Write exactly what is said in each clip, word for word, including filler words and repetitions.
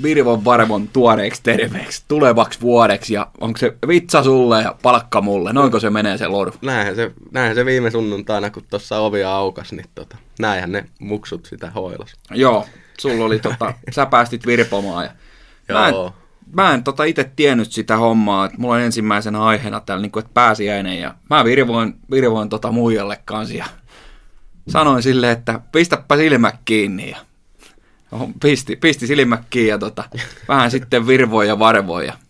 Virvon varvon tuoreeksi terveeksi tulevaksi vuodeksi ja onko se vitsa sulle ja palkka mulle, noinko se menee se lodu? Näinhän se, näinhän se viime sunnuntaina, kun tuossa ovia aukas, niin tota, näinhän ne muksut sitä hoilas. Joo, sulla oli tota, sä päästit virpomaan ja mä en, Joo. mä en tota itse tiennyt sitä hommaa, että mulla on ensimmäisenä aiheena täällä niin kuin, että pääsiäinen ja mä virvoin, virvoin tota muijalle kanssa ja sanoin silleen, että pistäpä silmät kiinni ja pisti, pisti silmät kiinni ja tota, vähän sitten virvoin ja varvoin ja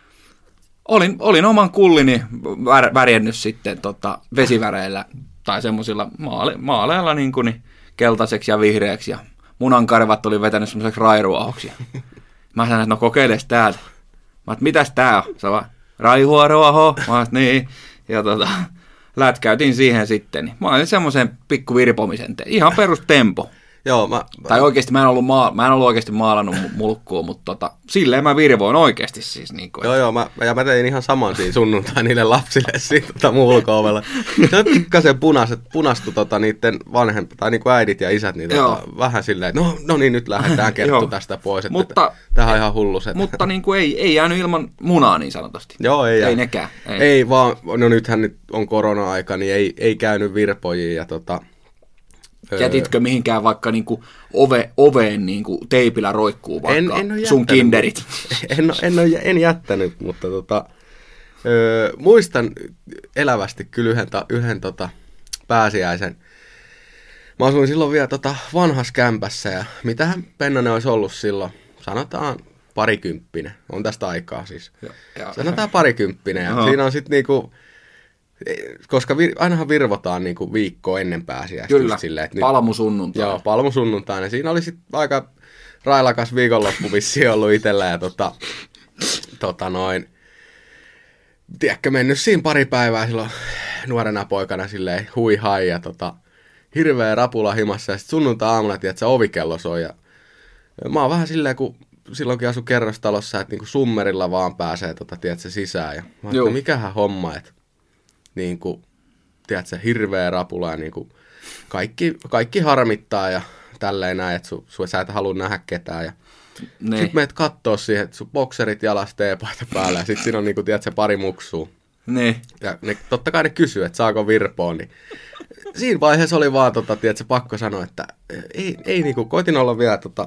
olin, olin oman kullini vär, värjännyt sitten tota, vesiväreillä tai semmoisilla maale, maaleilla niin kuin, niin, keltaiseksi ja vihreäksi ja munankarvat oli vetänyt semmoiseksi rairuahoksi. Mä sanoin, että no kokeiles täältä. Mä oon, mitäs tää on? Se on vaan raihuoruaho. Mä oon, niin. Ja tota, lätkäytin siihen sitten. Mä olin semmoisen pikku virpomisen tein. Ihan perustempo. Joo, mä, Tai oikeasti mä en ollut, maa, mä en ollut oikeasti maalannut mulkkua, mutta tota, silleen mä virvoin oikeasti siis. Niin kuin, joo, joo, mä, ja mä tein ihan saman siinä sunnuntai niille lapsille siinä tota, mulko-ovella. Se on pikkasen punaset, punastu tota, niiden vanhempi, tai niin kuin äidit ja isät, niin tota, vähän silleen, että no, no niin, nyt lähdetään kerttu tästä pois. Että mutta, tämähän on ihan hullu se. Mutta niin kuin ei, ei jäänyt ilman munaa niin sanotusti. Joo, ei. Ei jää. nekään. Ei. ei vaan, no nythän nyt on korona-aika, niin ei, ei käynyt virpojia ja tota... Jätitkö mihinkään vaikka niinku ove, oveen niinku teipillä roikkuu vaikka en, en sun kinderit? En, en, en, en jättänyt, mutta tota, ö, muistan elävästi kyllä yhden, yhden tota, pääsiäisen. Mä asuin silloin vielä tota, vanhassa kämpässä ja mitähän Pennanen olisi ollut silloin, sanotaan parikymppinen, on tästä aikaa siis. Ja, ja, sanotaan parikymppinen ja siinä on sitten niinku... Koska vir, ainahan virvotaan niinku viikkoa ennen pääsiäistä. Kyllä, silleen, että palmusunnuntai. Joo, palmusunnuntaina. Siinä oli sitten aika railakas viikonloppu vissiin ollut itsellä ja tota, tota noin, tiedätkö, mennyt siinä pari päivää silloin nuorena poikana silleen hui hai ja tota, hirveä rapula himassa ja sitten sunnuntai-aamuna, tiedätkö, ovikello soi ja mä oon vähän silleen, kun silloinkin asu kerrostalossa, että niinku summerilla vaan pääsee tota, tiedätkö, sisään ja mä oon, mikähän homma, että niin kuin, tiedätkö, hirveä rapula ja niin kuin, kaikki, kaikki harmittaa ja tälleen näin, että su, su, sä et halua nähdä ketään. Ja niin. Sitten menet kattoo siihen, että sun bokserit jalassa, teepaita päällä ja sitten siinä on niin kuin, tiedätkö, pari muksua. Niin. Ja ne, totta kai ne kysyy, että saako virpoa, niin siinä vaiheessa oli vaan, tota, tiedätkö, pakko sanoa, että ei, ei niin kuin, koitin olla vielä, tota,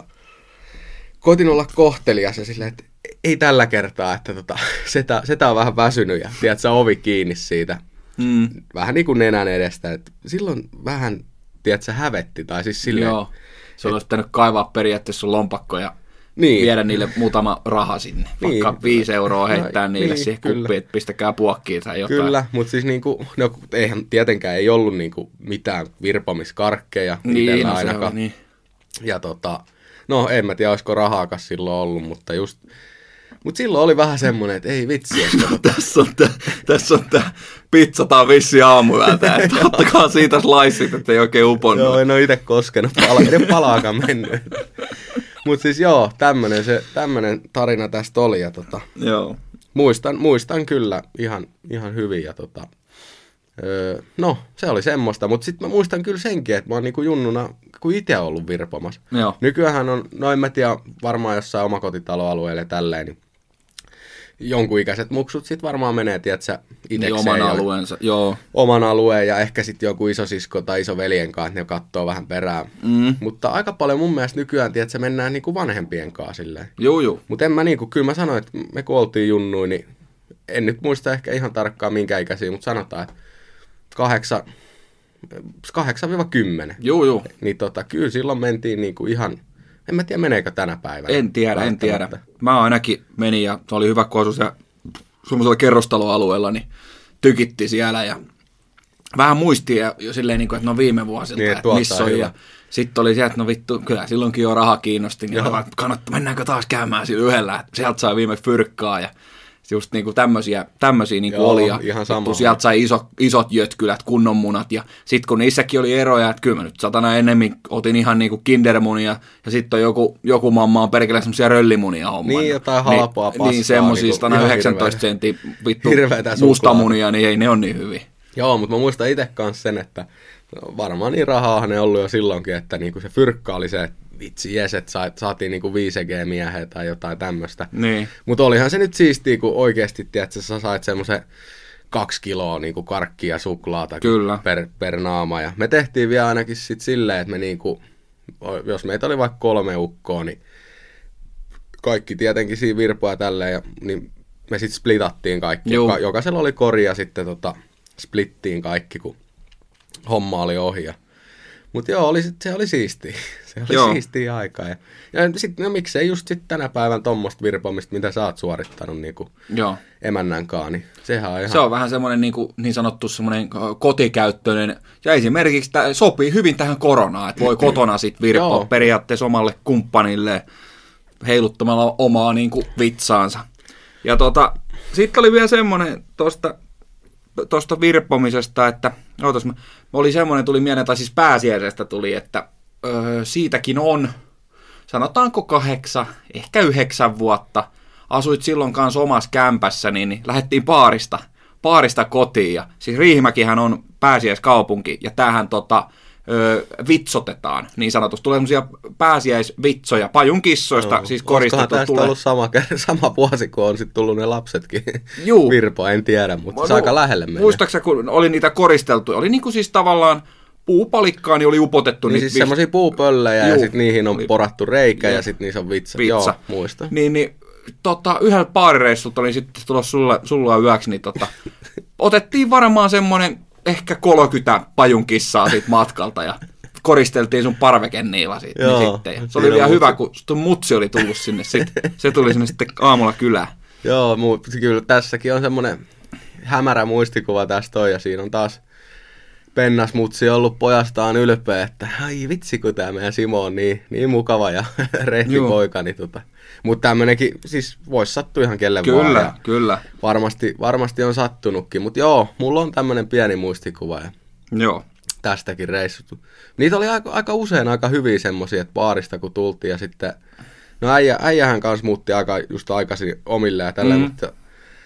koitin olla kohtelias ja silleen, että ei tällä kertaa, että tota, setä, setä on vähän väsynyt ja tiedätkö, ovi kiinni siitä. Mm. Vähän niin kuin nenän edestä. Et silloin vähän, tiedätkö, hävetti. Tai siis silleen, joo, se olisi pitänyt kaivaa periaatteessa sun lompakko ja niin. viedä niille muutama raha sinne. Vaikka niin. viisi euroa heittää no, niille niin, siihen kyllä. kuppiin, että pistäkää puokkiin tai jotain. Kyllä, mutta siis niinku, no, eihän tietenkään ei ollut niinku mitään virpomiskarkkeja niin, no, ainakaan. Niin. Ja tota, no en mä tiedä, olisiko rahaakaan silloin ollut, mutta just... Mutta silloin oli vähän semmoinen, että ei vitsi. Että... tässä on tämä, tässä on tämä pizzataan vissi aamuyöltä, että ottakaa siitä sliceit, että ei oikein uponnut. Joo, en ole itse koskenut, pala, ei palaakaan mennyt. Mutta siis joo, tämmöinen, se, tämmöinen tarina tästä oli. Ja tota, joo. Muistan, muistan kyllä ihan, ihan hyvin. Ja tota, öö, no, se oli semmoista, mutta sitten mä muistan kyllä senkin, että mä oon niinku junnuna, kun itse ollut virpomassa. Joo. Nykyäänhän on, no en mä tiedä, varmaan jossain omakotitaloalueella ja tälleen, niin jonkun ikäiset muksut sitten varmaan menee, tiedätkö, itekseen. Niin oman alueensa, joo. Oman alueen ja ehkä sitten joku isosisko tai isoveljen kanssa, että ne katsoo vähän perään. Mm. Mutta aika paljon mun mielestä nykyään, tiedätkö, mennään niinku vanhempien kanssa silleen. Joo, joo. Mutta en mä niinku, kyllä mä sanoin, että me kun oltiin junnuin, niin en nyt muista ehkä ihan tarkkaan minkä ikäisiä, mutta sanotaan, että kahdeksan, kahdeksan kymmenen. Joo, joo. Niin tota, kyllä silloin mentiin niinku ihan... En mä tiedä, meneekö tänä päivänä. En tiedä, en tiedä. Mä ainakin menin ja se oli hyvä, kun asui siellä semmoisella kerrostaloalueella, niin tykitti siellä ja vähän muistia jo silleen, että no viime vuosilta, niin, että missä on. Ja sitten oli sieltä, että no vittu, kyllä silloinkin jo raha kiinnosti, niin kannattaa, mennäänkö taas käymään sillä yhdellä, että sieltä sai viime fyrkkaa ja just niinku tämmöisiä, tämmöisiä niinku joo, oli ja sieltä sai iso, isot jötkylät, kunnon munat ja sitten kun niissäkin oli eroja, että kyllä mä nyt satana enemmän otin ihan niinku kindermunia ja sitten on joku, joku mamma on perkele semmoisia röllimunia hommana. Niin jotain halpaa niin, paskaa. Niin semmoisia niinku, yhdeksäntoista sentin vittu mustamunia, niin ei ne on niin hyviä. Joo, mutta mä muistan itse kanssa sen, että varmaan niin rahaahan ne ollut jo silloinkin, että niinku se fyrkka oli se vitsi jes, että sa, saatiin niinku viisi G-mieheä tai jotain tämmöistä. Niin. Mutta olihan se nyt siistiä, kun oikeasti, tiedätkö, sä sait semmoisen kaksi kiloa niinku karkkia ja suklaata per, per naama. Ja me tehtiin vielä ainakin sit silleen, että me niinku, jos meitä oli vaikka kolme ukkoa, niin kaikki tietenkin siinä virpoa tälleen, ja, niin me sitten splitattiin kaikki. Joka, jokaisella oli kori ja sitten tota, splittiin kaikki, kun homma oli ohi. Mutta joo, oli, se oli siistiä. Se oli joo. siistiä aikaa. Ja, ja sitten, no miksei just sit tänä päivän tommoista virpomista, mitä sä oot suorittanut niin joo. emännänkaan, niin sehän on ihan... Se on vähän semmoinen niin, niin sanottu semmoinen kotikäyttöinen, ja esimerkiksi tämä sopii hyvin tähän koronaan, että voi kotona sitten virpoa periaatteessa omalle kumppanille heiluttamalla omaa niin kuin vitsaansa. Ja tota, sitten oli vielä semmoinen tuosta tuosta virppomisesta, että ootas, mä, oli semmoinen, tuli mieleen, tai siis pääsiäisestä tuli, että öö, siitäkin on, sanotaanko kahdeksan, ehkä yhdeksän vuotta, asuit silloin kanssa omassa kämpässä, niin, niin lähdettiin paarista, paarista kotiin, ja siis Riihimäkihän on pääsiäiskaupunki, ja tämähän tota, öö, vitsotetaan, niin sanotusti. Tulee semmoisia pääsiäisvitsoja, pajunkissoista, no, siis koristettu. Tästä tulee... ollut sama, sama vuosi, kun on sitten tullut ne lapsetkin virpoa, en tiedä, mutta no, se aika lähelle mennä. Muistaakseni, kun oli niitä koristeltu, oli niin kuin siis tavallaan puupalikkaan, niin oli upotettu. Niin siis vi... semmoisia puupöllejä, ja sitten niihin on porattu reikä, ja sitten niissä on vitsa. vitsa. Joo, muista. Niin, niin tota, yhdellä paarireissulta oli sitten tulossa sulla, sulla yöksi, niin tota, otettiin varmaan semmoinen ehkä kolmekymmentä pajunkissaa siitä matkalta ja koristeltiin sun parvekeniila siitä. Joo, niin sitten. Se oli vielä hyvä, kun sun mutsi oli tullut sinne. Sitten. Se tuli sinne sitten aamulla kylään. Joo, mutta kyllä tässäkin on semmoinen hämärä muistikuva tästä on, ja siinä on taas pennas mutsi ollut pojastaan ylpeä, että ai vitsi, kun tämä meidän Simo on niin, niin mukava ja rehti poika. Niin tota. Mutta tämmöinenkin, siis voisi sattua ihan kelle kyllä, vaan. Kyllä, kyllä. Varmasti, varmasti on sattunutkin, mutta joo, mulla on tämmöinen pieni muistikuva ja joo. tästäkin reissuttu. Niitä oli aika, aika usein aika hyviä semmoisia, että baarista kun tultiin ja sitten, no äijä, äijähän kanssa muutti aika, just aikaisin omille ja tälleen, mm-hmm. mutta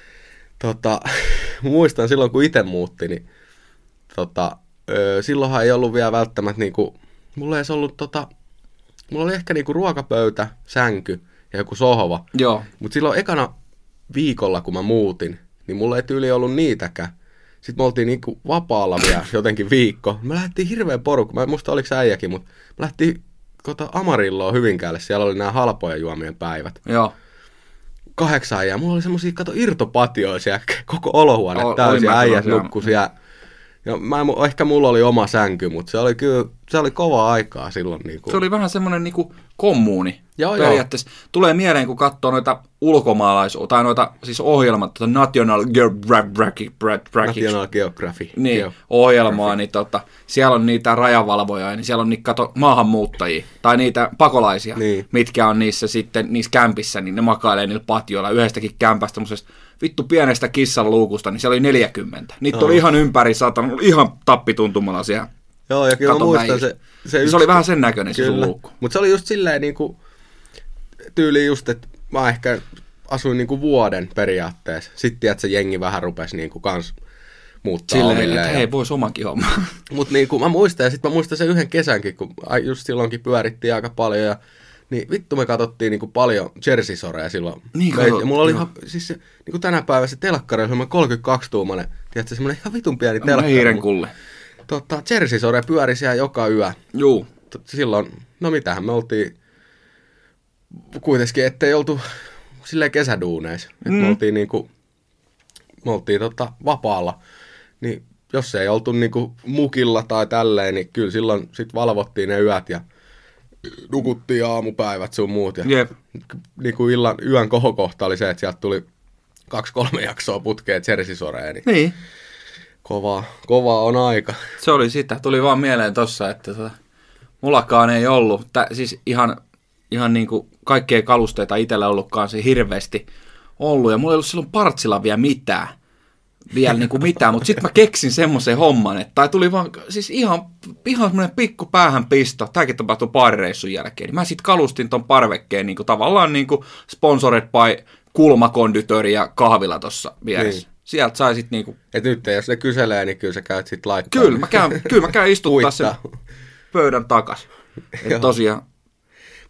tota, muistan silloin kun itse muutti, niin tota, ö, silloinhan ei ollut vielä välttämättä niinku, mulla ei edes ollut tota, mulla oli ehkä niinku ruokapöytä, sänky ja joku sohva. Joo. Mutta silloin ekana viikolla, kun mä muutin, niin mulla ei tyyli ollut niitäkään. Sitten me oltiin niinku vapaalla vielä jotenkin viikko. Me lähdettiin hirveän porukka. Mä en muista oliko äijäkin, mutta me lähdettiin kota Amarilloon Hyvinkäälle. Siellä oli nämä halpoja juomien päivät. Joo. Kahdeksan äijää. Mulla oli semmosia, kato, irtopatioja siellä. Koko olohuone o- täysin. Äijät nukkui siellä. Ja mä, ehkä mulla oli oma sänky, mutta se oli kyllä, se oli kovaa aikaa silloin. Niin kuin. Se oli vähän semmoinen niin kuin kommuuni. Joo, periaatteessa. Joo. Tulee mieleen, kun katsoo noita ulkomaalaisuutta, tai noita siis ohjelmat, tuota National Geographic, National Geographic. Niin, Geo- ohjelmaa, niin tota, siellä on niitä rajavalvoja, niin siellä on niitä kato, maahanmuuttajia, tai niitä pakolaisia, niin. mitkä on niissä sitten, niissä kämpissä, niin ne makailee niillä patioilla yhdestäkin kämpästä, semmoisesta vittu pienestä kissan luukusta, niin siellä oli neljäkymmentä. Niitä oh. oli ihan ympäri, saatan, ihan tappituntumalla siellä. Joo, ja kyllä muistan se. Se, se yksi... oli vähän sen näköinen se sun luukku. Mutta se oli just silleen niin kuin, tyyli just, että mä ehkä asuin niin kuin vuoden periaatteessa. Sitten että se jengi vähän rupesi niin kuin kans muuttaa silleen, omilleen. Silleen, että hei, vois omankin homma. Mutta niin kuin mä muistan, ja sitten mä muistan sen yhden kesänkin, kun just silloinkin pyörittiin aika paljon, ja niin vittu me katsottiin niin kuin paljon Jersey Shorea silloin. Niin katsot, ja mulla oli ihan, siis se, niin kuin tänä päivänä se telkkari oli semmoinen kolmekymmentäkaksi-tuumainen, tiedätkö, semmoinen ihan vitun pieni telkkari. Hiirenkulle. Tota, Jersey Shore pyöri siellä joka yö. Juu. Silloin, no mitähän, me oltiin kuitenkin, ettei oltu silleen kesäduuneissa. Mm. Me oltiin niinku, me oltiin tota vapaalla. Niin jos ei oltu niinku mukilla tai tälleen, niin kyllä silloin sit valvottiin ne yöt ja nukuttiin aamupäivät sun muut. Ja yep. niinku illan, yön kohokohta oli se, että sieltä tuli kaksi kolme jaksoa putkeen Jersey Shoreen. Niin. niin. Kovaa, kovaa on aika. Se oli sitä. Tuli vaan mieleen tossa, että tota, mullakaan ei ollut. Tä, siis ihan, ihan niin kuin kaikkea kalusteita itsellä ollutkaan se hirveästi ollut. Ja mulla ei ollut silloin partsilla vielä mitään. Vielä niin kuin mitään. Mutta sitten mä keksin semmoisen homman, että tai tuli vaan siis ihan, ihan semmoinen pikku päähänpisto. Tämäkin tapahtui paarireissun jälkeen. Niin mä sitten kalustin ton parvekkeen niin kuin, tavallaan niin kuin sponsored by kulmakonditööri ja kahvila tuossa vieressä. Niin. Sieltä sai sit niinku... Et nyt jos ne kyselee, niin kyllä sä käyt sit laittaa. Kyllä mä käyn, kyllä mä käyn istuttaa sen pöydän takas. Et tosiaan...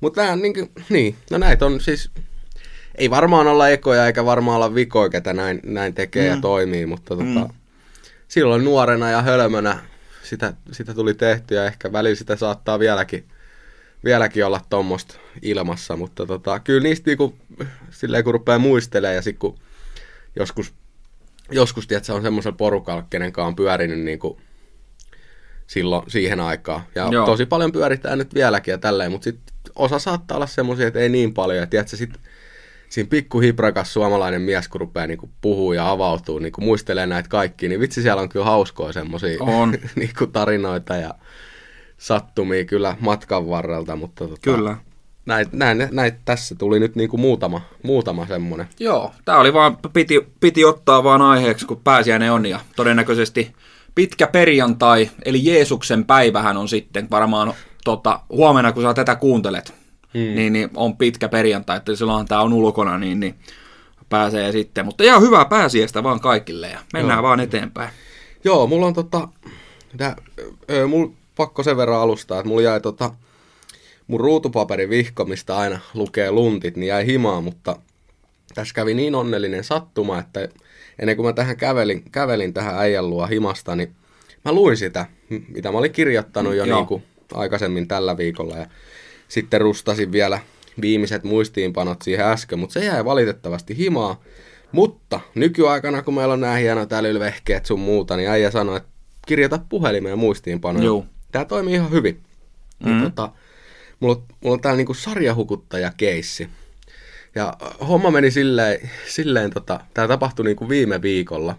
Mutta nämä, niin, niin, no näitä on siis, ei varmaan olla ekoja eikä varmaan olla vikoja, ketä näin, näin tekee mm. ja toimii, mutta tota, mm. silloin nuorena ja hölmönä sitä, sitä tuli tehtyä ja ehkä välillä sitä saattaa vieläkin, vieläkin olla tuommoista ilmassa, mutta tota, kyllä niistä niinku, silleen kun rupeaa muistelemaan ja sitten kun joskus, joskus tiedät, on semmoisella porukalla, kenenkaan on pyörinyt niinku, silloin siihen aikaan. Ja Joo. tosi paljon pyöritään nyt vieläkin ja tälleen, mutta sitten osa saattaa olla semmoisia, että ei niin paljon. Ja tiedätkö, sit siinä pikkuhiprakas suomalainen mies, kun rupeaa niinku puhua ja avautuu, niinku muistelee näitä kaikkia, niin vitsi siellä on kyllä hauskoja semmoisia niinku tarinoita ja sattumia kyllä matkan varrelta. Mutta tota, kyllä. Näitä näit, näit, tässä tuli nyt niinku muutama, muutama semmoinen. Joo, tämä oli vaan, piti, piti ottaa vaan aiheeksi, kun pääsiäinen on ja todennäköisesti pitkä perjantai, eli Jeesuksen päivähän on sitten varmaan tota, huomenna, kun sä tätä kuuntelet, hmm. niin, niin on pitkä perjantai, että silloinhan tää on ulkona, niin, niin pääsee sitten. Mutta ihan hyvää pääsiäistä vaan kaikille ja mennään Joo. vaan eteenpäin. Joo, mulla on tota, tää, ö, mulla pakko sen verran alustaa, että mulla jäi tota, mun ruutupaperin vihko, mistä aina lukee luntit, niin jäi himaa, mutta tässä kävi niin onnellinen sattuma, että ennen kuin mä tähän kävelin, kävelin tähän äijän luo himasta, niin mä luin sitä, mitä mä olin kirjoittanut jo niin kuin aikaisemmin tällä viikolla. Ja sitten rustasin vielä viimeiset muistiinpanot siihen äsken, mutta se jäi valitettavasti himaa. Mutta nykyaikana, kun meillä on nämä hienot älylvehkeet sun muuta, niin äijä sanoi, että kirjoita puhelimeen muistiinpanoja. Joo. Tää toimii ihan hyvin. Mm-hmm. Niin, tota, mulla, mulla on täällä niinku sarjahukuttaja-keissi. Ja homma meni silleen, silleen tota, tää tapahtui niinku viime viikolla.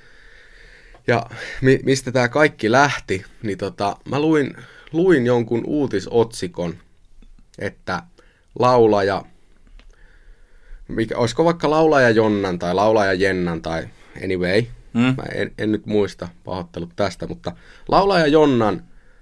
Ja mi, mistä tää kaikki lähti, niin tota, mä luin, luin jonkun uutisotsikon, että laulaja, mikä, olisiko vaikka laulaja Jonnan tai laulaja Jennan tai anyway, mm. mä en, en nyt muista, pahoittelut tästä, mutta laulaja Jonnan,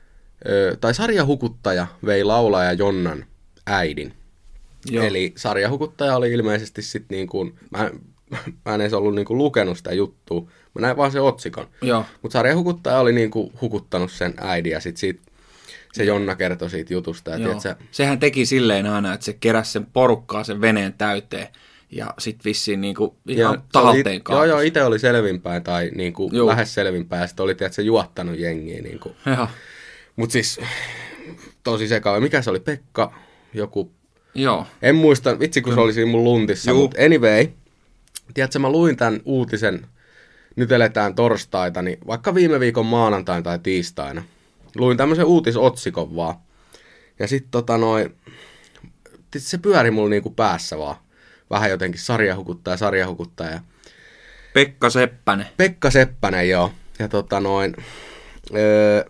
ö, tai sarjahukuttaja vei laulaja Jonnan äidin. Joo. Eli sarjahukuttaja oli ilmeisesti sitten niin kuin, mä, mä en edes ollut niin kuin lukenut sitä juttua, mä näin vaan sen otsikon. Mutta sarjahukuttaja oli niin kuin hukuttanut sen äidin ja sitten siitä, se Jonna kertoi siitä jutusta. Että se... Sehän teki silleen aina, että se keräsi sen porukkaa sen veneen täyteen ja sitten vissiin niin kuin ihan tahalteen kaapasi. Joo, joo, itse oli selvinpäin tai niin kuin lähes selvinpäin ja sitten oli tiedät, se juottanut jengiä. Niin mutta siis tosi sekava. Mikä se oli? Pekka joku... Joo. En muista, vitsi kun se oli siinä mun luntissa, mutta anyway, tiedätkö, mä luin tämän uutisen, nyt eletään torstaita, niin vaikka viime viikon maanantaina tai tiistaina, luin tämmöisen uutisotsikon vaan, ja sitten tota noin, se pyöri mulla niinku päässä vaan, vähän jotenkin sarjahukuttaja, sarjahukuttaja. Pekka Seppänen. Pekka Seppänen, joo, ja tota noin, öö,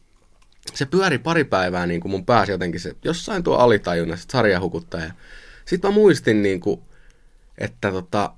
se pyöri pari päivää niin kuin mun pääsi jotenkin se, jossain tuo alitajunnassa, sarjahukuttaja. Sitten mä muistin, niin kuin, että tota,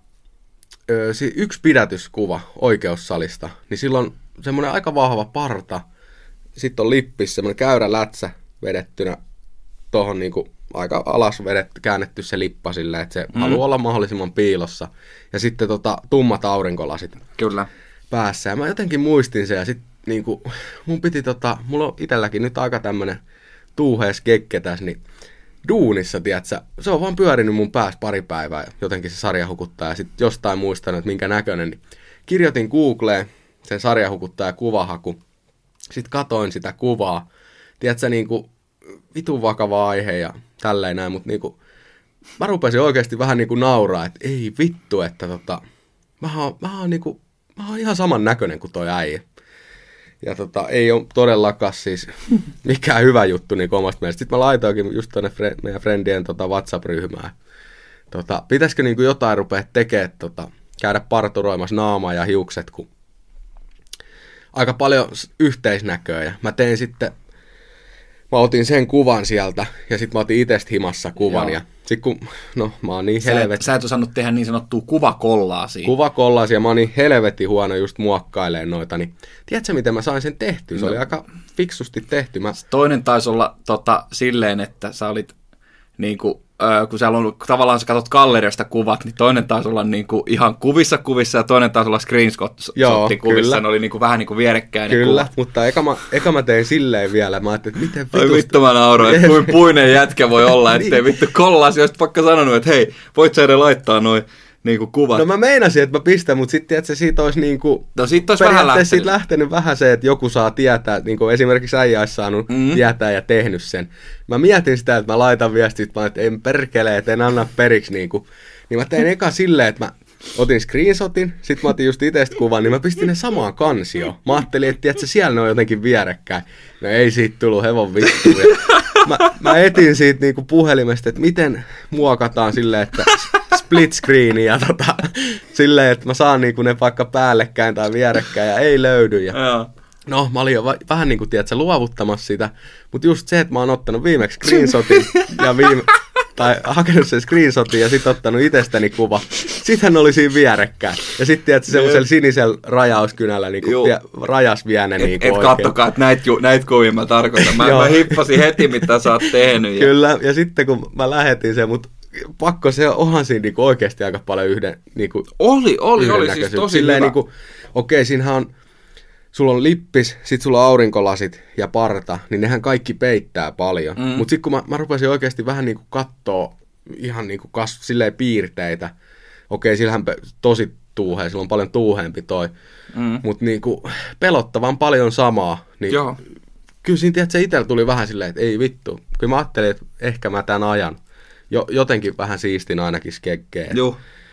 ö, yksi pidätyskuva oikeussalista, niin silloin semmoinen aika vahva parta, sitten on lippis, semmoinen käyrä lätsä vedettynä tuohon niin kuin aika alas vedetty, käännetty se lippa silleen, että se mm. haluaa olla mahdollisimman piilossa. Ja sitten tota, tummat aurinkolasit Kyllä. päässä. Ja mä jotenkin muistin sen ja sitten niin kuin, mun piti tota, mulla on itselläkin nyt aika tämmönen tuuhees kekketäs, niin duunissa, tiiätsä, se on vaan pyörinyt mun päässä pari päivää, jotenkin se sarjahukuttaja, ja sit jostain muistanut, että minkä näköinen, niin kirjoitin Googleen sen sarjahukuttaja kuvahaku, sit katoin sitä kuvaa, tiiätsä, niinku vitun vakava aihe ja tälleen näin, mut niinku, mä rupesin oikeesti vähän niinku nauraa, että ei vittu, että tota, mä oon, mä oon niinku, mä oon ihan saman näköinen kuin toi äijä. Ja tota, ei ole todellakaan siis mikään hyvä juttu niin omasta mielestä. Sitten mä laitoinkin just tuonne fre- meidän friendien tota WhatsApp-ryhmään. Tota, pitäisikö niin jotain rupea tekemään, tota, käydä parturoimassa naamaa ja hiukset, kun aika paljon yhteisnäköä. Ja mä tein sitten, mä otin sen kuvan sieltä ja sitten mä otin itsestä himassa kuvan. Joo. Ja sit kun, no mä oon niin helvetin... Sä et osannut tehdä niin sanottua kuvakollaasia. Kuvakollaasia, ja mä oon niin helvetin huono just muokkailemaan noita, niin tiedätkö miten mä sain sen tehtyä? Se no. oli aika fiksusti tehty. Mä... Toinen taisi olla tota, silleen, että sä olit niinku öö, kun siellä on tavallaan sä katsot gallerista kuvat, niin toinen taas olla niinku ihan kuvissa kuvissa ja toinen taas olla screenshot-kuvissa. Ne oli niinku vähän niinku vierekkäin. Kyllä, kuvat. Mutta eka mä, eka mä tein silleen vielä. Mä ajattelin, että miten vitusta... Oi vittu mä nauroin, että kuin puinen jätkä voi olla, ettei vittu kollasi. Olisit vaikka sanonut, että hei, voit sä edes laittaa noin niinku kuvat. No mä meinasin, että mä pistän, mutta sitten että se siitä olisi niinku... No siitä olisi vähän lähtenyt. Siitä lähtenyt vähän se, että joku saa tietää, niin kuin esimerkiksi äijä olisi saanut mm. tietää ja tehnyt sen. Mä mietin sitä, että mä laitan viestit, mä että en perkele, että en anna periksi niinku. Niin mä tein eka silleen, että mä otin screenshotin, sit mä otin just itestä kuvan, niin mä pistin ne samaan kansioon. Mä ajattelin, että tiiätkö, siellä ne on jotenkin vierekkäin. No ei siitä tullut hevon vittu. Mä, mä etin siitä niinku puhelimesta, että miten muokataan silleen, että split screeni ja tota, silleen, että mä saan niinku ne vaikka päällekkäin tai vierekkäin ja ei löydy. Ja no, mä olin jo va- vähän niin kuin, tiedätkö, luovuttamassa sitä, mutta just se, että mä oon ottanut viimeksi screenshotin ja viime... tai hakenut sen screenshotin ja sitten ottanut itsestäni kuva. Sitten oli siinä vierekkäin. Ja sitten tiedätkö, semmoisella sinisellä rajauskynällä niin tie, rajas vie ne niin et, et kattokaa, että näitä näit kuvia mä tarkoitan. Mä, mä hippasin heti, mitä sä oot tehnyt. Ja... Kyllä, ja sitten kun mä lähetin sen, mutta pakko se onhan siinä niin oikeasti aika paljon yhden niin Oli, oli, oli siis tosi silleen, hyvä. Niin okei, okay, siinähän on, sulla on lippis, sit sulla on aurinkolasit ja parta, niin nehän kaikki peittää paljon. Mm. Mutta sitten kun mä, mä rupesin oikeasti vähän niin kuin kattoo ihan niin kuin kas, silleen piirteitä, okei, sillähän pe- tosi tuuhea, sillä on paljon tuuheempi toi, mm. mutta niin kuin pelottavan paljon samaa. Niin joo. Kyllä siinä tiedätkö, itsellä tuli vähän silleen, että ei vittu. Kyllä mä ajattelin, että ehkä mä tämän ajan. Jo, jotenkin vähän siistin ainakin skeggeä. Joo.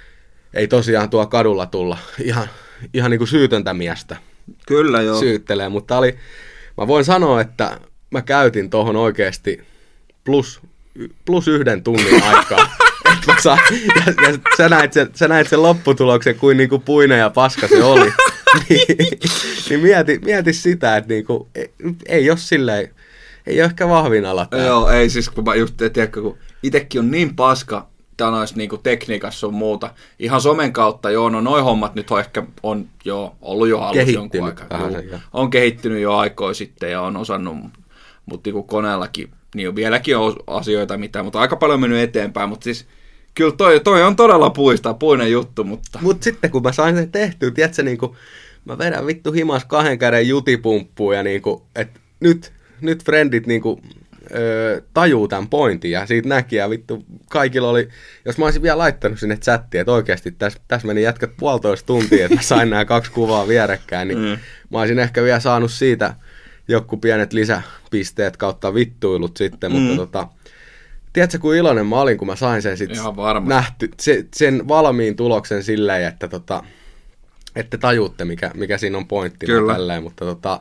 Ei tosiaan tuo kadulla tulla ihan, ihan niin kuin syytöntä miestä. Kyllä joo. Syyttelee, mutta oli, mä voin sanoa, että mä käytin tohon oikeasti plus, plus yhden tunnin aikaa. että mä saan, ja, ja sä, näit sen, sä näit sen lopputuloksen, kuin niinku puinen ja paska se oli. niin niin mieti, mieti sitä, että niinku, ei, ei ole silleen, ei ole ehkä vahvin ala täällä. Joo, ei siis, kun mä just, tiedätkö, kun itekin on niin paska, noissa niinku tekniikassa sun muuta. Ihan somen kautta, joo, no noi hommat nyt on ehkä on jo ollut jo alussa jonkun aikaa. On kehittynyt jo aikoja sitten ja on osannut, mutta niinku koneellakin, niin on vieläkin on asioita mitä, mutta aika paljon mennyt eteenpäin, mutta siis kyllä toi, toi on todella puista, puinen juttu, mutta... Mut sitten kun mä sain sen tehtyä, tiedätkö, niinku, mä vedän vittu himas kahden käden jutipumppuun ja niinku, että nyt, nyt frendit niinku... Öö, tajuu tämän pointin ja siitä näki ja vittu kaikilla oli, jos mä olisin vielä laittanut sinne chattiin, että oikeasti tässä täs meni jätkät puolitoista tuntia, että mä sain nämä kaksi kuvaa vierekkäin, niin mm. mä olisin ehkä vielä saanut siitä joku pienet lisäpisteet kautta vittuilut sitten, mm. mutta tota, tiedätkö kuin iloinen mä olin, kun mä sain sen sitten nähty, se, sen valmiin tuloksen silleen, että tota, ette tajuutte mikä, mikä siinä on pointti tälleen, mutta tota,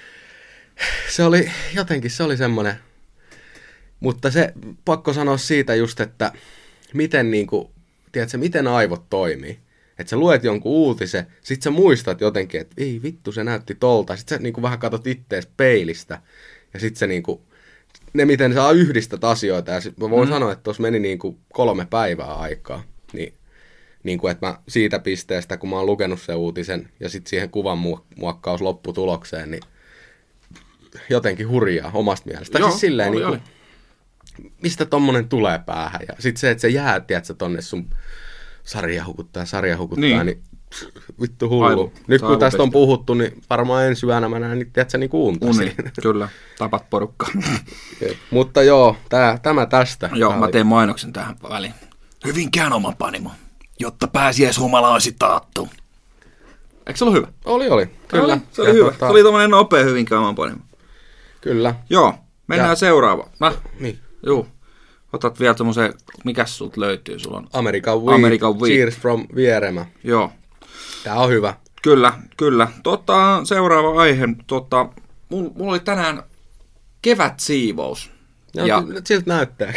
se oli jotenkin, se oli semmoinen. Mutta se, pakko sanoa siitä just, että miten, niin kuin, tiedätkö, miten aivot toimii. Että sä luet jonkun uutisen, sit sä muistat jotenkin, että ei vittu, se näytti tolta. Sit sä niin kuin, vähän katot ittees peilistä. Ja sit sä niin kuin, ne miten sä yhdistät asioita. Ja sit mä voin mm. sanoa, että tuossa meni niin kuin, kolme päivää aikaa. Niin, niin kuin, että mä siitä pisteestä, kun mä oon lukenut sen uutisen ja sit siihen kuvan muokkaus lopputulokseen, niin jotenkin hurjaa omasta mielestä. Joo, siis silleen, oli, niin kuin, mistä tommonen tulee päähän. Ja sit se, että se jää, tiedätkö, tonne sun sarja hukuttaa, sarja hukuttaa, niin, niin vittu hullu. Aivan, nyt kun tästä on puhuttu, niin varmaan ensi yönä mä näen, niin tiedätkö, niin kuin unta. Uni, kyllä, tapat porukkaa. Mutta joo, tää, tämä tästä. Joo, tää mä teen oli... mainoksen tähän väliin. Hyvinkään oma panimo, jotta pääsiäishumala olisi taattu. Eikö se ollut hyvä? Oli, oli. Kyllä. Oli, se oli ja hyvä. Tota... Se oli tommonen nopea Hyvinkään oma panimo. Kyllä. Joo, mennään ja... seuraavaan. Mä... Niin. Joo. Otat vielä tommosen, mikäs sulta löytyy? Sulla on American Weed. American Weed. Cheers from Vieremä. Joo. Tää on hyvä. Kyllä, kyllä. Tota, seuraava aihe. Tota, mulla mul oli tänään kevätsiivous. No, ja... siltä näyttääkin.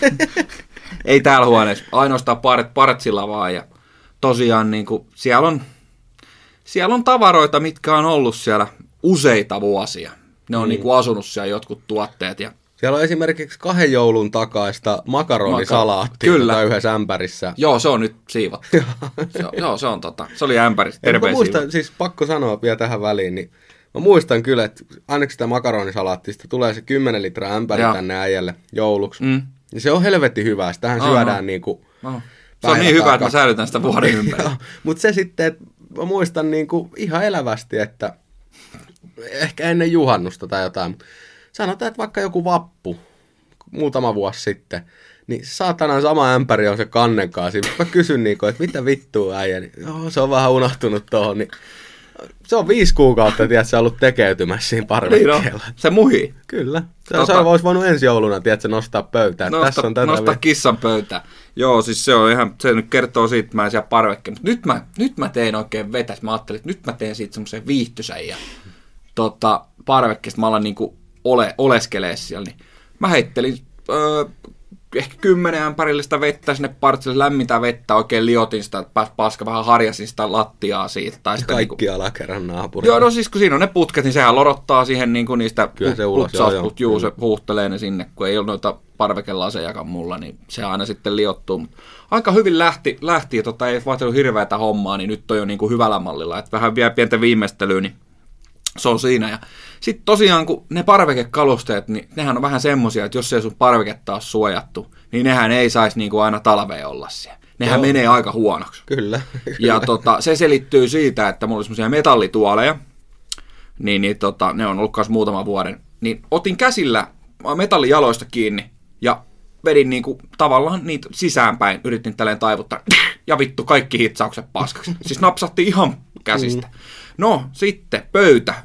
Ei täällä huoneessa. Ainoastaan paret, paretsilla vaan. Ja tosiaan niinku, siellä, on, siellä on tavaroita, mitkä on ollut siellä useita vuosia. Ne on mm. niinku asunut siellä jotkut tuotteet ja siellä on esimerkiksi kahden joulun takaista makaronisalaattia Kyllä. yhdessä ämpärissä. Joo, se on nyt siivottu. se, joo, se on tota. Se oli ämpärissä. Terveisiä. Mä muistan, siis pakko sanoa vielä tähän väliin, niin mä muistan kyllä, että ainakin sitä makaronisalaattia tulee se kymmenen litraa ämpäri ja tänne äijälle jouluksi. Mm. Ja se on helvetti hyvää, sitähän Aha. syödään niinku No. Se on niin hyvä, että mä säilytän sitä vuoden ympäri. Mutta se sitten, että mä muistan niinku ihan elävästi, että ehkä ennen juhannusta tai jotain, mutta sanotaan, että vaikka joku vappu muutama vuosi sitten, niin saatanan sama ämpäri on se kannenkaan. Mä kysyn niinku, että mitä vittua äijä, niin joo, se on vähän unohtunut tuohon, niin se on viisi kuukautta, tiedät, sä ollut tekeytymässä siinä parvekkeella. Niin no, se muhii. Kyllä. Se, Tota, se olisi voinut ensi jouluna, tiedät, nostaa pöytään. Nosta, Tässä on tätä nosta vielä. kissan pöytään. Joo, siis se on ihan, se nyt kertoo siitä, että mä en siellä parvekkeen. Mutta nyt mä, nyt mä tein oikein vetäs. Mä ajattelin, että nyt mä teen siitä semmoisen viihtysän ja tota, parvekkeesta mä alan niinku ole, oleskelee siellä. Niin mä heittelin öö, ehkä kymmenen ämpärillistä vettä sinne partsille, lämmintä vettä, oikein liotin sitä, pääsi paska, vähän harjasin sitä lattiaa siitä. Tai sitä Kaikki niinku, alakerran naapuri. joo, no siis kun siinä on ne putket, niin sehän lorottaa siihen niinku niistä putsausput, juu, se huuhtelee ne sinne, kun ei ole noita parvekelasejakaan mulla, niin se aina sitten liottuu. Mut aika hyvin lähti, lähti ja tota, ei vaihtellut hirveätä hommaa, niin nyt on jo niinku hyvällä mallilla, että vähän vielä pientä viimeistelyä, niin se on siinä. Ja sitten tosiaan, kun ne parvekekalusteet, niin nehän on vähän semmosia, että jos ei sun parveketta ole suojattu, niin nehän ei saisi niinku aina talveen olla siellä. Nehän joo. menee aika huonoksi. Kyllä. Ja tota, se selittyy siitä, että mulla oli semmosia metallituoleja, niin, niin tota, ne on ollut kanssa muutaman vuoden, niin otin käsillä metallijaloista kiinni ja vedin niinku tavallaan niitä sisäänpäin, yritin tälleen taivuttaa, ja vittu kaikki hitsaukset paskaksi. Siis napsatti ihan käsistä. No, sitten pöytä.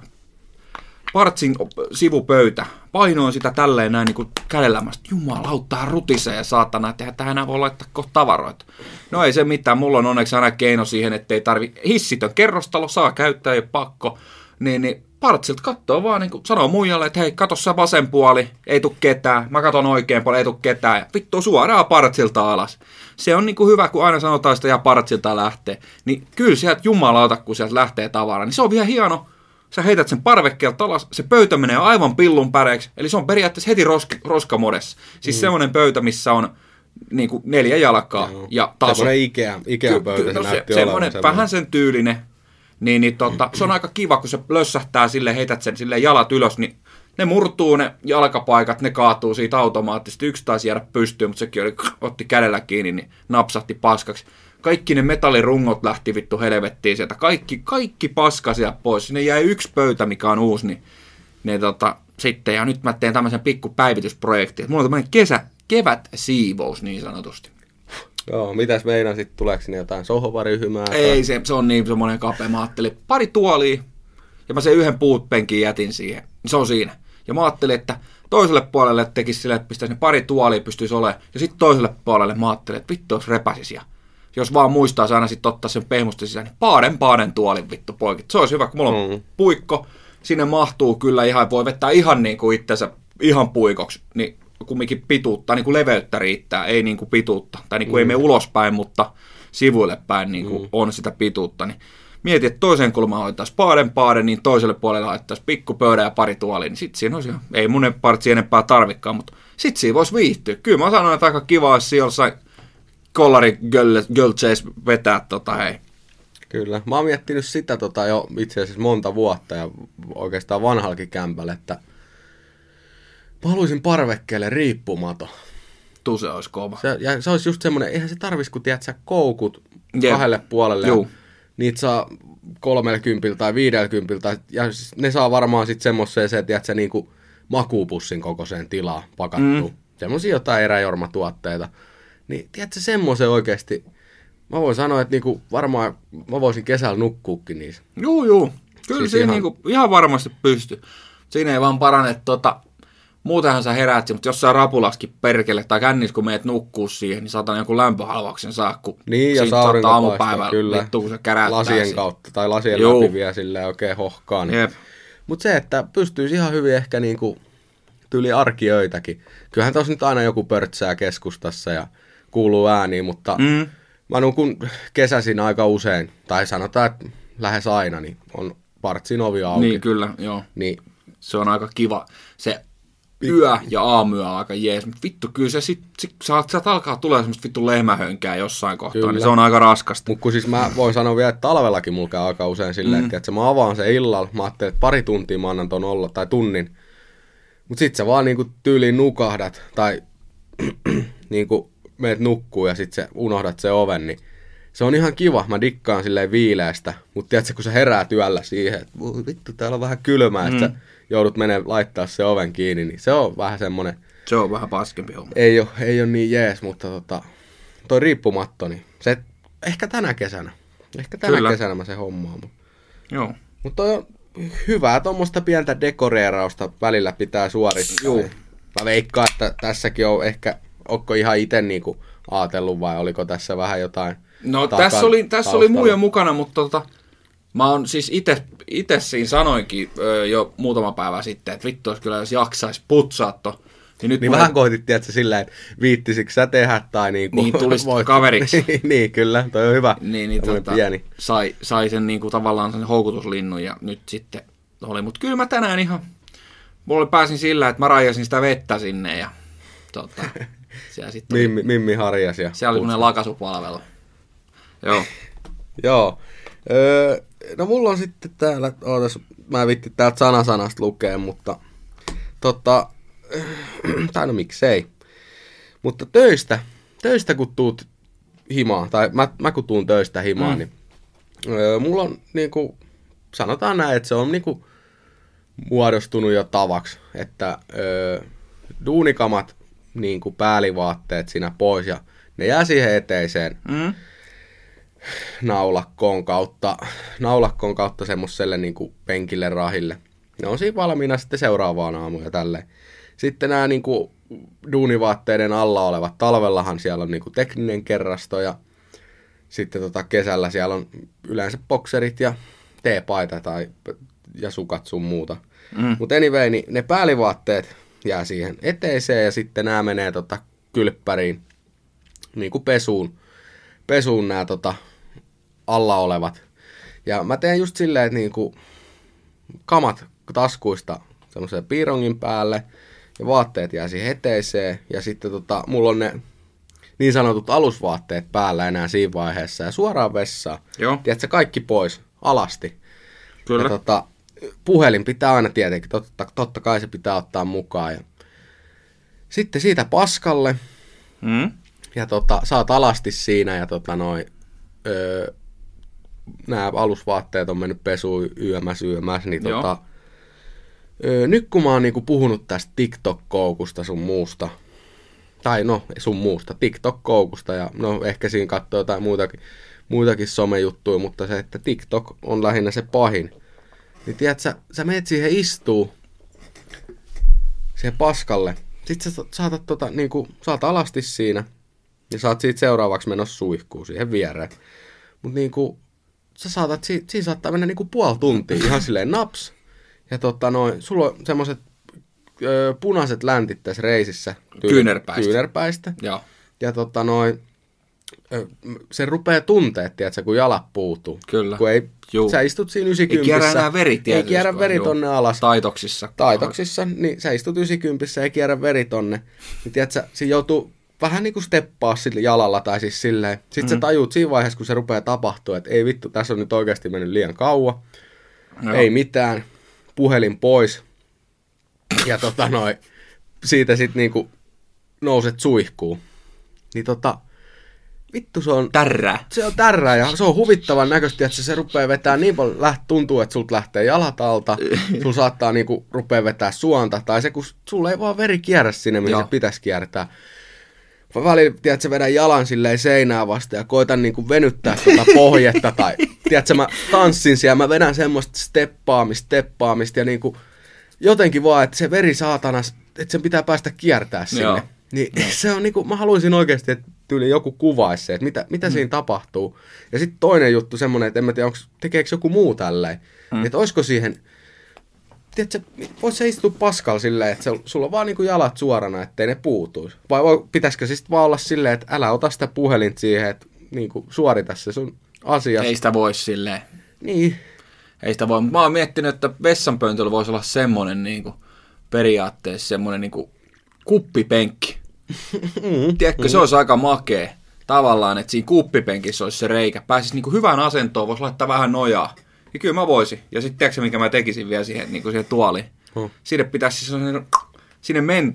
Partsin sivupöytä. Painoin sitä tälleen näin niin kädellämästä. Jumalauta, rutisee ja saatana, että tähän enää voi laittaa kohta tavaroita. No ei se mitään, mulla on onneksi aina keino siihen, ettei tarvi hissitön kerrostalo, saa käyttää, ei pakko. Niin, niin partsilta katsoo vaan, niin sanoo muijalle, että hei, kato sä vasen puoli, ei tuu ketään. Mä katon oikein puoli, ei tuu ketään. Ja vittu suoraan partsilta alas. Se on niin kuin hyvä, kun aina sanotaan sitä ja partsilta lähtee. Niin kyllä sieltä jumalauta, kun sieltä lähtee tavara, niin se on vielä hieno. Sä heität sen parvekkeelta alas, se pöytä menee aivan pillun päreiksi, eli se on periaatteessa heti roska, roskamodessa. Siis mm. semmoinen pöytä, missä on niin kuin neljä jalkaa. Joo. Ja taas semmoinen Ikea, Ikean pöytä, ky- no se, se näytti semmoinen, olevan. vähän sen tyylinen, niin, niin tota, se on aika kiva, kun se lössähtää sille, heität sen sille jalat ylös, niin ne murtuu ne jalkapaikat, ne kaatuu siitä automaattisesti. Yksi taisi jäädä pystyyn, mutta sekin oli, otti kädellä kiinni, niin napsahti paskaksi. Kaikki ne metallirungot lähti vittu helvettiin sieltä. Kaikki, kaikki paska sieltä pois. Sinne jäi yksi pöytä, mikä on uusi. Niin, niin tota, sitten, ja nyt mä teen tämmöisen pikku päivitysprojektin. Mulla on tämmöinen kesä, kevät siivous niin sanotusti. Joo, mitäs meinasit? Tuleeko sinne jotain sohvaryhmää? Ei, se, se on niin semmoinen kapea. Mä ajattelin, pari tuolia, ja mä sen yhden puutpenkin jätin siihen. Se on siinä. Ja mä ajattelin, että toiselle puolelle tekisi sille, että pistäisi ne pari tuolia pystyisi olemaan. Ja sitten toiselle puolelle mä ajattelin, että vittu jos repäsis. Ja jos vaan muistaisi aina sitten ottaa sen pehmusta sisään, niin paaden paaden tuolin vittu poikit. Se olisi hyvä, kun mulla on mm. puikko. Sinne mahtuu kyllä ihan, voi vetää ihan niin kuin itsensä ihan puikoksi. Niin kumminkin pituutta, niin kuin leveyttä riittää, ei niin kuin pituutta. Tai niin kuin mm. ei mene ulospäin, mutta sivuille päin niin kuin mm. on sitä pituutta. Niin mietin, että toiseen kulmaan hoitaisi paaden paaden, niin toiselle puolelle laittaisi pikkupöydä ja pari tuolia, niin sitten siinä olisi ihan, ei mun partsi enempää tarvikaan, mutta sitten siinä voisi viihtyä. Kyllä mä sanoin, että aika kiva olisi jossain kollari göltseis vetää tota hei. Kyllä. Mä oon miettinyt sitä tota jo itse asiassa monta vuotta ja oikeastaan vanhallakin kämpällä, että mä haluaisin parvekkeelle riippumaton. Tuu se olisi kova. Se, ja se olisi just semmoinen, eihän se tarvitsisi, kun tiedät sä koukut yeah. kahdelle puolelle. Ja niitä saa kolmelkympiltä tai viidelkympiltä. Ja ne saa varmaan sitten semmoiseen, se, tiedät sä, niinku makuupussin kokoiseen tilaa pakattua. Mm. Semmoisia jotain eräjormatuotteita. Niin tiedätkö semmoisen oikeasti, mä voin sanoa, että niinku varmaan mä voisin kesällä nukkuukin niissä. Juu, juu. Kyllä siis siinä ihan... Niinku, ihan varmasti pystyy. Siinä ei vaan parane, tota, muutenhan sä heräät, mutta jos sä rapulaskin perkele tai kännis, kun meet nukkuu siihen, niin saatan jonkun lämpöhalvauksen saa, kun niin, ja saattaa aamupäivällä vittu, kun se käräyttää lasien siihen kautta tai lasien Juu. läpi vielä silleen oikein hohkaa. Niin. Mutta se, että pystyisi ihan hyvin ehkä niinku tyyli arkiöitäkin. Kyllähän tuossa nyt aina joku pörtsää keskustassa ja kuuluu ääniin, mutta mm. mä nukun kesäisin aika usein, tai sanotaan, että lähes aina, niin on partsin ovi auki. Niin, kyllä, joo. Niin. Se on aika kiva. Se yö ja aamuyö on aika jees, mutta vittu, kyllä se sit, sit saat, saat alkaa tulee semmoista vittu lehmähönkää jossain kohtaa, kyllä. Niin se on aika raskasta. Mutta kun siis mä voin sanoa vielä, että talvellakin mulla käy aika usein silleen, mm. että mä avaan sen illalla, mä ajattelin, että pari tuntia mä annan ton olla, tai tunnin, mutta sit sä vaan niinku tyyliin nukahdat, tai niin kun meet nukkuu ja sit se unohdat se oven, niin se on ihan kiva. Mä dikkaan silleen viileästä, mutta tiedätkö, kun sä herää yöllä siihen, että vittu, täällä on vähän kylmää, mm. että sä joudut menemään laittaa se oven kiinni, niin se on vähän semmonen... Se on vähän paskempi homma. Ei ole, ei ole niin jees, mutta tota, toi riippumatto, niin se ehkä tänä kesänä. Ehkä tänä Kyllä. kesänä mä se hommaan. Mutta Joo. Mut toi on hyvää tuommoista pientä dekoreerausta välillä pitää suorittaa. Joo. Mä veikkaan, että tässäkin on ehkä, onko ihan itse niinku ajatellut vai oliko tässä vähän jotain? No tässä oli, tässä oli muija mukana, mutta tota, mä oon siis ite, ite siinä sanoinkin ö, jo muutama päivä sitten, että vittu olisi kyllä jos jaksaisi putsaatto. Niin, nyt niin mulle... vähän koitit, tiedätkö, sillä, että viittisikö sä tehdä tai niinku... Niin tulisi kaveriksi. Niin, kyllä, toi on hyvä. Niin, niin tota, pieni. Sai, sai sen niinku tavallaan sen houkutuslinnun ja nyt sitten oli. Mutta kyllä mä tänään ihan... Mulla pääsin sillä, että mä raijasin sitä vettä sinne ja tota... siellä sitten Mimmi, Mimmi harjas ja... Siellä oli semmoinen lakasupalvelu. Joo. Joo. Öö, no mulla on sitten täällä... Ootas, mä en vitti täältä sanasanasta lukea, mutta... Tota... tai no miksei. Mutta töistä, töistä kun tuut himaan, tai mä, mä kun tuun töistä himaan, mm. niin öö, mulla on niinku, sanotaan näin, että se on niinku muodostunut jo tavaksi, että öö, duunikamat, niinku päällivaatteet siinä pois ja ne jää siihen eteiseen mm. naulakkoon kautta, naulakkoon kautta semmoselle niinku penkille rahille. Ne on siinä valmiina sitten seuraavaan aamuun ja tälleen. Sitten nämä niin kuin, duunivaatteiden alla olevat, talvellahan siellä on niin kuin, tekninen kerrasto ja sitten tota, kesällä siellä on yleensä bokserit ja teepaita tai, ja sukat sun muuta. Mm. Mutta anyway, niin ne päällivaatteet jää siihen eteiseen ja sitten nämä menee tota, kylppäriin niin kuin pesuun, pesuun nämä tota, alla olevat. Ja mä teen just silleen, että niin kuin, kamat taskuista semmoisen piirongin päälle ja vaatteet jää siihen eteiseen ja sitten tota, mulla on ne niin sanotut alusvaatteet päällä enää siinä vaiheessa ja suoraan vessaan. Joo. Tiedätkö, kaikki pois, alasti. Kyllä. Ja tota, puhelin pitää aina tietenkin, totta, totta kai se pitää ottaa mukaan. Ja sitten siitä paskalle mm. ja tota, saat alasti siinä ja tota noin, öö, nämä alusvaatteet on mennyt pesuun yömäs yömäs, niin tota, öö, nyt kun mä oon niinku puhunut tästä TikTok-koukusta sun muusta, tai no sun muusta, TikTok-koukusta, ja no ehkä siinä katsoo jotain muitakin, muitakin somejuttuja, mutta se, että TikTok on lähinnä se pahin, niin tiedät sä, sä meet siihen istuu, siihen paskalle, sit sä saatat tota, niinku, saat alasti siinä, ja saat siitä seuraavaksi menossa suihkuun siihen viereen, mut niinku, sä saatat, si- siinä saattaa mennä niinku puoli tuntia ihan silleen naps. Ja tota noin, sulla on semmoset ö, punaiset läntit tässä reisissä. Tyyli, kyynärpäistä. Kyynärpäistä. Joo. Ja tota noin, ö, se rupeaa tunteet, tiedätkö, kun jalat puutuu. Kyllä. Kun ei, sä istut siinä yhdeksänkymmentä. Ei kierrä enää veri tietysti. Ei kierrä veri tonne alas. Taitoksissa. Taitoksissa, niin sä istut yhdeksänkymmentä, ei kierrä veri tonne. Niin tiedätkö, siinä joutuu vähän niin kuin steppaa sille jalalla tai siis silleen. Sitten mm-hmm. sä tajuut siinä vaiheessa, kun se rupeaa tapahtua, että ei vittu, tässä on nyt oikeasti mennyt liian kauan. No. Ei mitään. Puhelin pois. Ja tota noin, siitä sitten niinku nouset suihkuun. Niin tota, vittu se on... Tärrää. Se on tärrää ja se on huvittavan näköisesti, että se rupeaa vetää niin paljon, läht, tuntuu, että sulta lähtee jalat alta. Sul saattaa niinku rupea vetää suonta. Tai se, kun sulla ei vaan veri kierrä sinne, mihin se pitäisi kiertää. Välillä, tiedätkö, sä vedän jalan silleen seinää vasta ja koitan niinku venyttää tuota pohjetta. Tai, tiedätkö, mä tanssin siellä, mä vedän semmoista steppaamista, steppaamista ja niinku jotenkin vaan, että se veri saatana, että sen pitää päästä kiertää sinne. Joo. Niin Joo. se on niinku, mä haluaisin oikeasti, että tyyli joku kuvaisi se, että mitä, mitä hmm. siinä tapahtuu. Ja sitten toinen juttu semmoinen, että en mä tiedä, onko, tekeekö joku muu tälleen. Hmm. Että olisiko siihen... Tiedätkö, voit sä istua paskalla silleen, että sulla on vaan niinku jalat suorana, ettei ne puutuisi? Vai pitäisikö siis vaan olla silleen, että älä ota sitä puhelinta siihen, että niinku suorita se sun asias? Ei sitä voi silleen. Niin. Ei sitä voi. Mä oon miettinyt, että vessanpöntöllä voisi olla semmoinen niinku, periaatteessa semmoinen niinku, kuppipenkki. Mm, Tiedätkö, mm. se olisi aika makea. Tavallaan, että siinä kuppipenkissä olisi se reikä. Pääsisi niinku, hyvään asentoon, voisi laittaa vähän nojaa. Ja kyllä mä voisin. Ja sitten tiedätkö, mikä mä tekisin vielä siihen, niin kuin siihen tuoliin. Hmm. Sinne pitäisi, sinne mentäisi.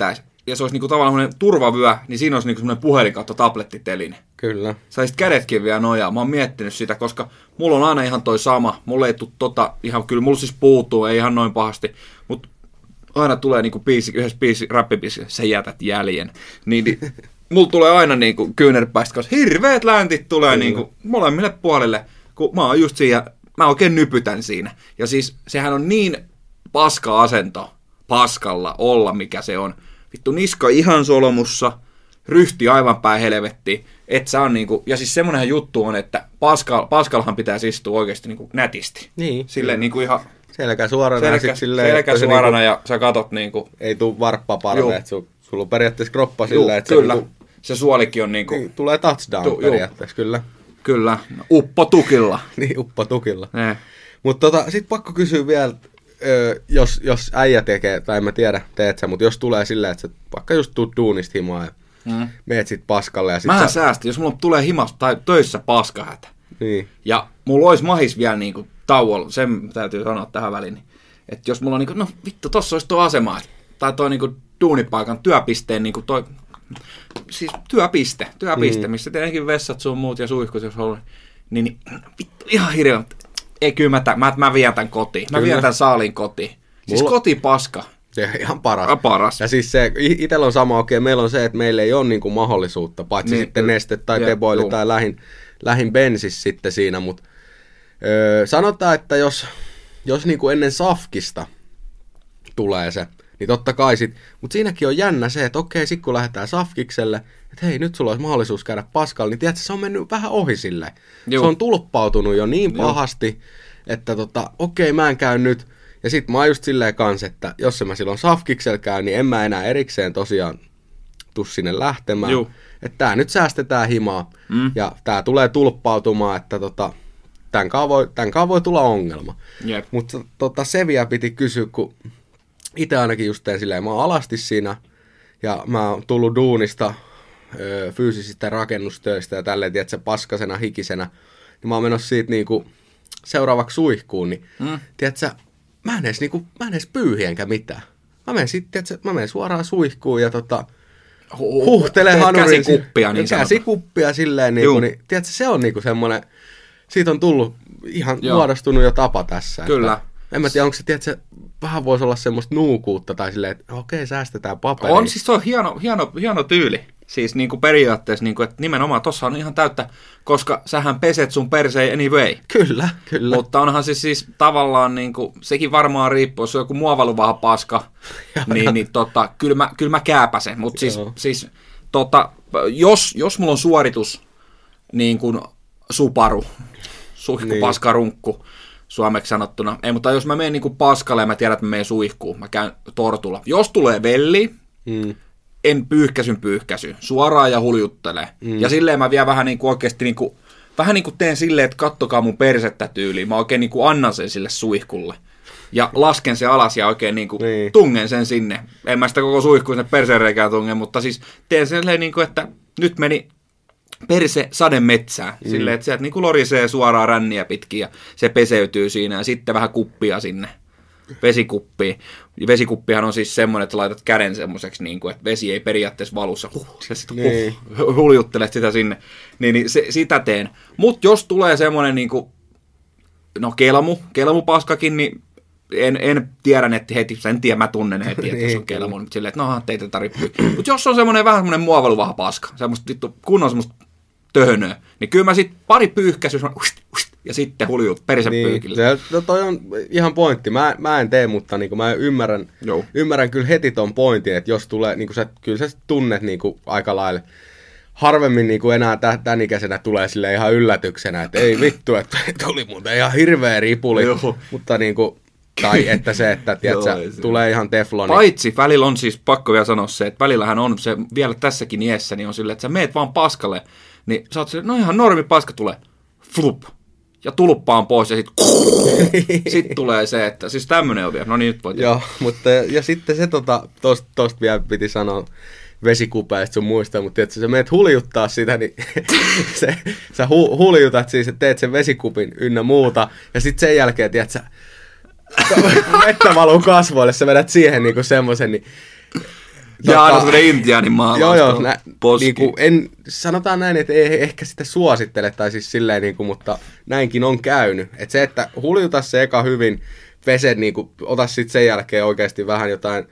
ja se olisi niinku tavallaan semmoinen turvavyö, niin siinä olisi niinku semmoinen puhelin kautta tablettiteline. Kyllä. Saisit kädetkin vielä nojaa. Mä oon miettinyt sitä, koska mulla on aina ihan toi sama. Mulla ei tule tota, ihan, kyllä mulla siis puutuu, ei ihan noin pahasti, mutta aina tulee niinku biisi, yhdessä biisi, rappibiisissä, sä jätät jäljen. Niin, niin mulla tulee aina niinku kyynärpäistä, koska hirveät läntit tulee niinku molemmille puolille, kun mä oon just siinä, mä oikein nypytän siinä. Ja siis sehän on niin paska asento paskalla olla, mikä se on. Vittu niska ihan solmussa, ryhti aivan päin helvettiin, et sä on niinku, ja siis semmonenhan juttu on, että paskal, paskallahan pitäisi istua oikeasti niinku nätisti. Niin. Silleen niinku ihan Selkä suorana. selkä, ja silleen, selkä suorana niinku, ja sä katot niinku. ei tuu varppaparve, että su, sulla on periaatteessa kroppa silleen, että kyllä. se, niinku, se suolikin on niinku. niin, tulee touchdown tu, periaatteessa, kyllä. Kyllä, uppo tukilla. Niin, uppo tukilla. Ne. Mutta tota, sit pakko kysyä vielä, ö, jos, jos äijä tekee, tai en mä tiedä, teet sä, mutta jos tulee silleen, että sä vaikka just tuut duunista himaa ja mm. meet sit paskalle ja sit Mähän sä... säästin, jos mulla tulee himasta tai töissä paskahätä. Niin. Ja mulla olisi mahis vielä niinku tauolla, sen täytyy sanoa tähän väliin, että jos mulla on niinku, no vittu, tossa olisi tuo asema, tai toi niinku duunipaikan työpisteen niinku toi, siis työpiste, työpiste, mm. missä tietenkin vessat sun muut ja suihkut, jos on, niin, niin vittu, ihan hirveän, ei kyllä mä, tämän, mä, mä vien tän kotiin, mä kyllä. vien tän saaliin kotiin, siis mulla... kotipaska. Se on ihan paras. Ja paras. Ja siis se, itsellä on sama, okei, meillä on se, että meillä ei ole niinku mahdollisuutta, paitsi niin, sitten neste tai teboili tai lähin, lähin bensis sitten siinä, mutta öö, sanotaan, että jos, jos niinku ennen safkista tulee se, niin totta kai sit, mutta siinäkin on jännä se, että okei, sit kun lähdetään safkikselle, että hei, nyt sulla olisi mahdollisuus käydä paskalla, niin tiedätkö, se on mennyt vähän ohi silleen. Se on tulppautunut jo niin pahasti, Juh. että tota, okei, mä en käy nyt. Ja sit mä oon just silleen kans, että jos mä silloin safkiksella käyn, niin en mä enää erikseen tosiaan tuu sinne lähtemään. Juh. Että tää nyt säästetään himaa. Mm. Ja tää tulee tulppautumaan, että tota, tän kaa voi, tän kaa voi tulla ongelma. Yep. Mutta tota, se vielä piti kysyä, kun itse ainakin just teen silleen, mä oon alasti siinä. Ja mä oon tullut duunista, ö, fyysisistä rakennustöistä ja tälleen, tiedätkö, paskasena, hikisenä. Niin mä oon menossa siitä niinku seuraavaksi suihkuun, niin mm. tiedätkö, Mä en edes, niinku, mä en edes pyyhi enkä mitään. Mä menen sitten, että mä menen suoraan suihkuun ja tota, huh, huhtelen hanurin. Käsikuppia niin sanotaan. Käsikuppia silleen, niinku, niin, tiedätkö, se on niinku semmoinen, siitä on tullut ihan Joo. muodostunut jo tapa tässä. Kyllä. Että, en mä tiedä, onko se, tiedätkö, vähän voisi olla semmoista nuukuutta tai silleen, että okei, säästetään paperia. On, siis se on hieno, hieno, hieno tyyli. Siis niin kuin periaatteessa, niin kuin, että nimenomaan tossa on ihan täyttä, koska sähän peset sun perseen anyway. Kyllä, kyllä. Mutta onhan se siis tavallaan, niin kuin, sekin varmaan riippuu, jos on joku muovaluvaha paska, ja, niin, ja. niin tota, kyllä mä, kyllä mä kääpäsen. Mutta siis, siis tota, jos, jos mulla on suoritus niin kuin Subaru, suihku, paska, runkku, suomeksi sanottuna. Ei, mutta jos mä menen niin kuin paskalle ja mä tiedän, että mä menen suihkuun, mä käyn tortulla. Jos tulee velli, mm. en pyyhkäsyn pyyhkäsy, suoraan ja huljuttelee. Mm. Ja silleen mä vielä vähän niin kuin oikeasti, niin kuin, vähän niin kuin teen silleen, että kattokaa mun persettä tyyliin. Mä oikein niin kuin annan sen sille suihkulle. Ja lasken sen alas ja oikein niin kuin niin. tungen sen sinne. En mä sitä koko suihkuun sinne perseenreikään tungen, mutta siis teen silleen niin kuin, että nyt meni perse sademetsään. Mm. Silleen, että sieltä niin kuin lorisee suoraan ränniä pitkin ja se peseytyy siinä ja sitten vähän kuppia sinne. Vesikuppiin. Vesikuppihan on siis semmoinen, että laitat käden semmoiseksi, niin kuin, että vesi ei periaatteessa valussa. Huh, ja sitten niin. huh, huljuttelet sitä sinne. Niin, niin se, sitä teen. Mutta jos tulee semmoinen, niin kuin, no kelmu, kelmupaskakin, niin en, en tiedä heti, heti, en tiedä, mä tunnen heti, että se on kelmu. Niin silleen, että no, teitä tarvitsee. Mutta jos on semmoinen vähän semmoinen muovaluvaha paska, semmoista vittu, kunnon semmoista töhönöä, niin kyllä mä sitten pari pyyhkäisyä, ja sitten huljut persepyykillä. Niin, no toi on ihan pointti. Mä, mä en tee, mutta niin mä ymmärrän, ymmärrän kyllä heti ton pointin, että jos tulee, niin sä, kyllä sä tunnet niin aika lailla, harvemmin niin enää tämän ikäisenä tulee sille ihan yllätyksenä, että ei vittu, että tuli muuten ihan hirveä ripuli, Joo. mutta niin kuin, tai että se, että tiedät, Joo, se tulee ihan tefloni. Paitsi välillä on siis pakko vielä sanoa se, että välillähän on se vielä tässäkin iässä, niin on silleen, että sä meet vaan paskalle, niin sä oot silleen, no ihan normi paska tulee, flup. Ja tulppaan pois ja sitten sit tulee se, että siis tämmöinen on vielä. No niin, nyt voit. Joo, mutta ja sitten se tota, tosta, tosta vielä piti sanoa vesikupeista sun muistaa, mutta että sä menet huljuttaa sitä, niin se, sä hu, huljutat siis, että teet sen vesikupin ynnä muuta, ja sitten sen jälkeen, tiedät sä, vettä valuu kasvoille, sä vedät siihen niinku semmoisen, niin Ja aina semmoinen intiaanin maalaus. Joo, joo. Nä, niinku, en, sanotaan näin, että ei ehkä sitä suosittele, tai siis silleen, niinku, mutta näinkin on käynyt. Että se, että huljuta se eka hyvin, pese, niinku, ota sitten sen jälkeen oikeasti vähän jotain,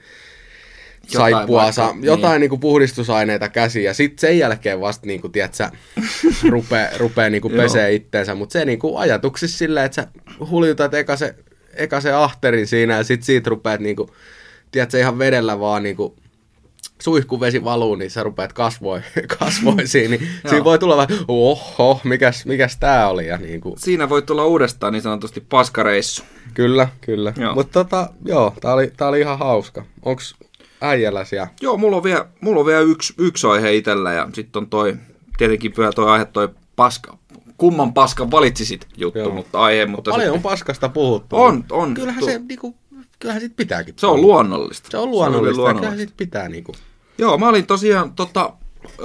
jotain saippua, vaikka, sa, jotain niin. niinku, puhdistusaineita käsiin, ja sitten sen jälkeen vasta, niinku, tiedätkö, rupee, rupee niinku, pesee itteensä. Mutta se niinku, ajatuksissa silleen, että sä huljutat eka se, eka se ahterin siinä, ja sitten siitä rupeat, niinku, tiedätkö, ihan vedellä vaan, niinku, suihkuvesi valuu, niin sä rupeat kasvoi, kasvoisiin, niin siinä voi tulla vähän, oho, mikäs, mikäs tää oli. Ja niin kuin. Siinä voi tulla uudestaan niin sanotusti paskareissu. Kyllä, kyllä. Mutta tota, joo, tää oli, tää oli ihan hauska. Onks äijällä siellä? Joo, mulla on vielä, mulla on vielä yksi, yksi aihe itsellä, ja sitten on toi, tietenkin vielä toi aihe, toi paska. Kumman paskan valitsisit juttu, joo. mutta aihe. Mutta paljon sitten, on paskasta puhuttu. On, on. Kyllähän tu- se, niinku, kyllähän sit pitääkin. Se on luonnollista. Se on luonnollista, se on luonnollista. Kyllähän sit pitää niinku. Joo, mä olin tosiaan tota,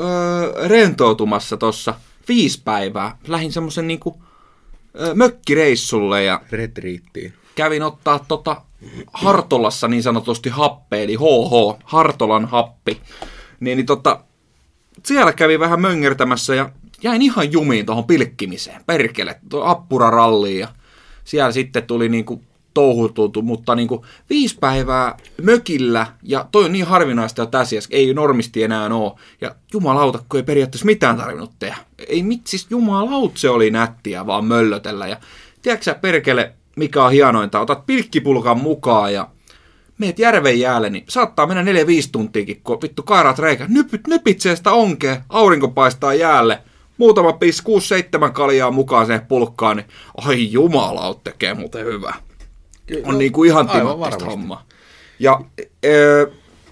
öö, rentoutumassa tossa viisi päivää. Lähdin semmosen niinku öö, mökkireissulle ja retriittiin. Kävin ottaa tota Hartolassa niin sanotusti happe, eli H H, Hartolan happi. Niin, niin tota, siellä kävin vähän möngertämässä ja jäin ihan jumiin tuohon pilkkimiseen. Perkele, tuo appuraralliin ja siellä sitten tuli niinku touhutultu, mutta niin kuin viisi päivää mökillä, ja toi on niin harvinaista jo tässä, ei normisti enää ole, ja jumalauta, kun ei periaatteessa mitään tarvinnut tehdä. Ei mit, siis jumalaut se oli nättiä vaan möllötellä, ja tiedätkö sä perkele, mikä on hienointa, otat pilkkipulkan mukaan, ja meet järven jäälle, niin saattaa mennä neljä viisi tuntiakin, kun vittu kairaat reikä, nypit, nypitsee sitä onkea, aurinko paistaa jäälle, muutama pis, kuusi seitsemän kaljaa mukaan sen pulkkaan, niin ai jumalaut tekee muuten hyvää. On no, niin kuin ihan timattista homma. Ja öö,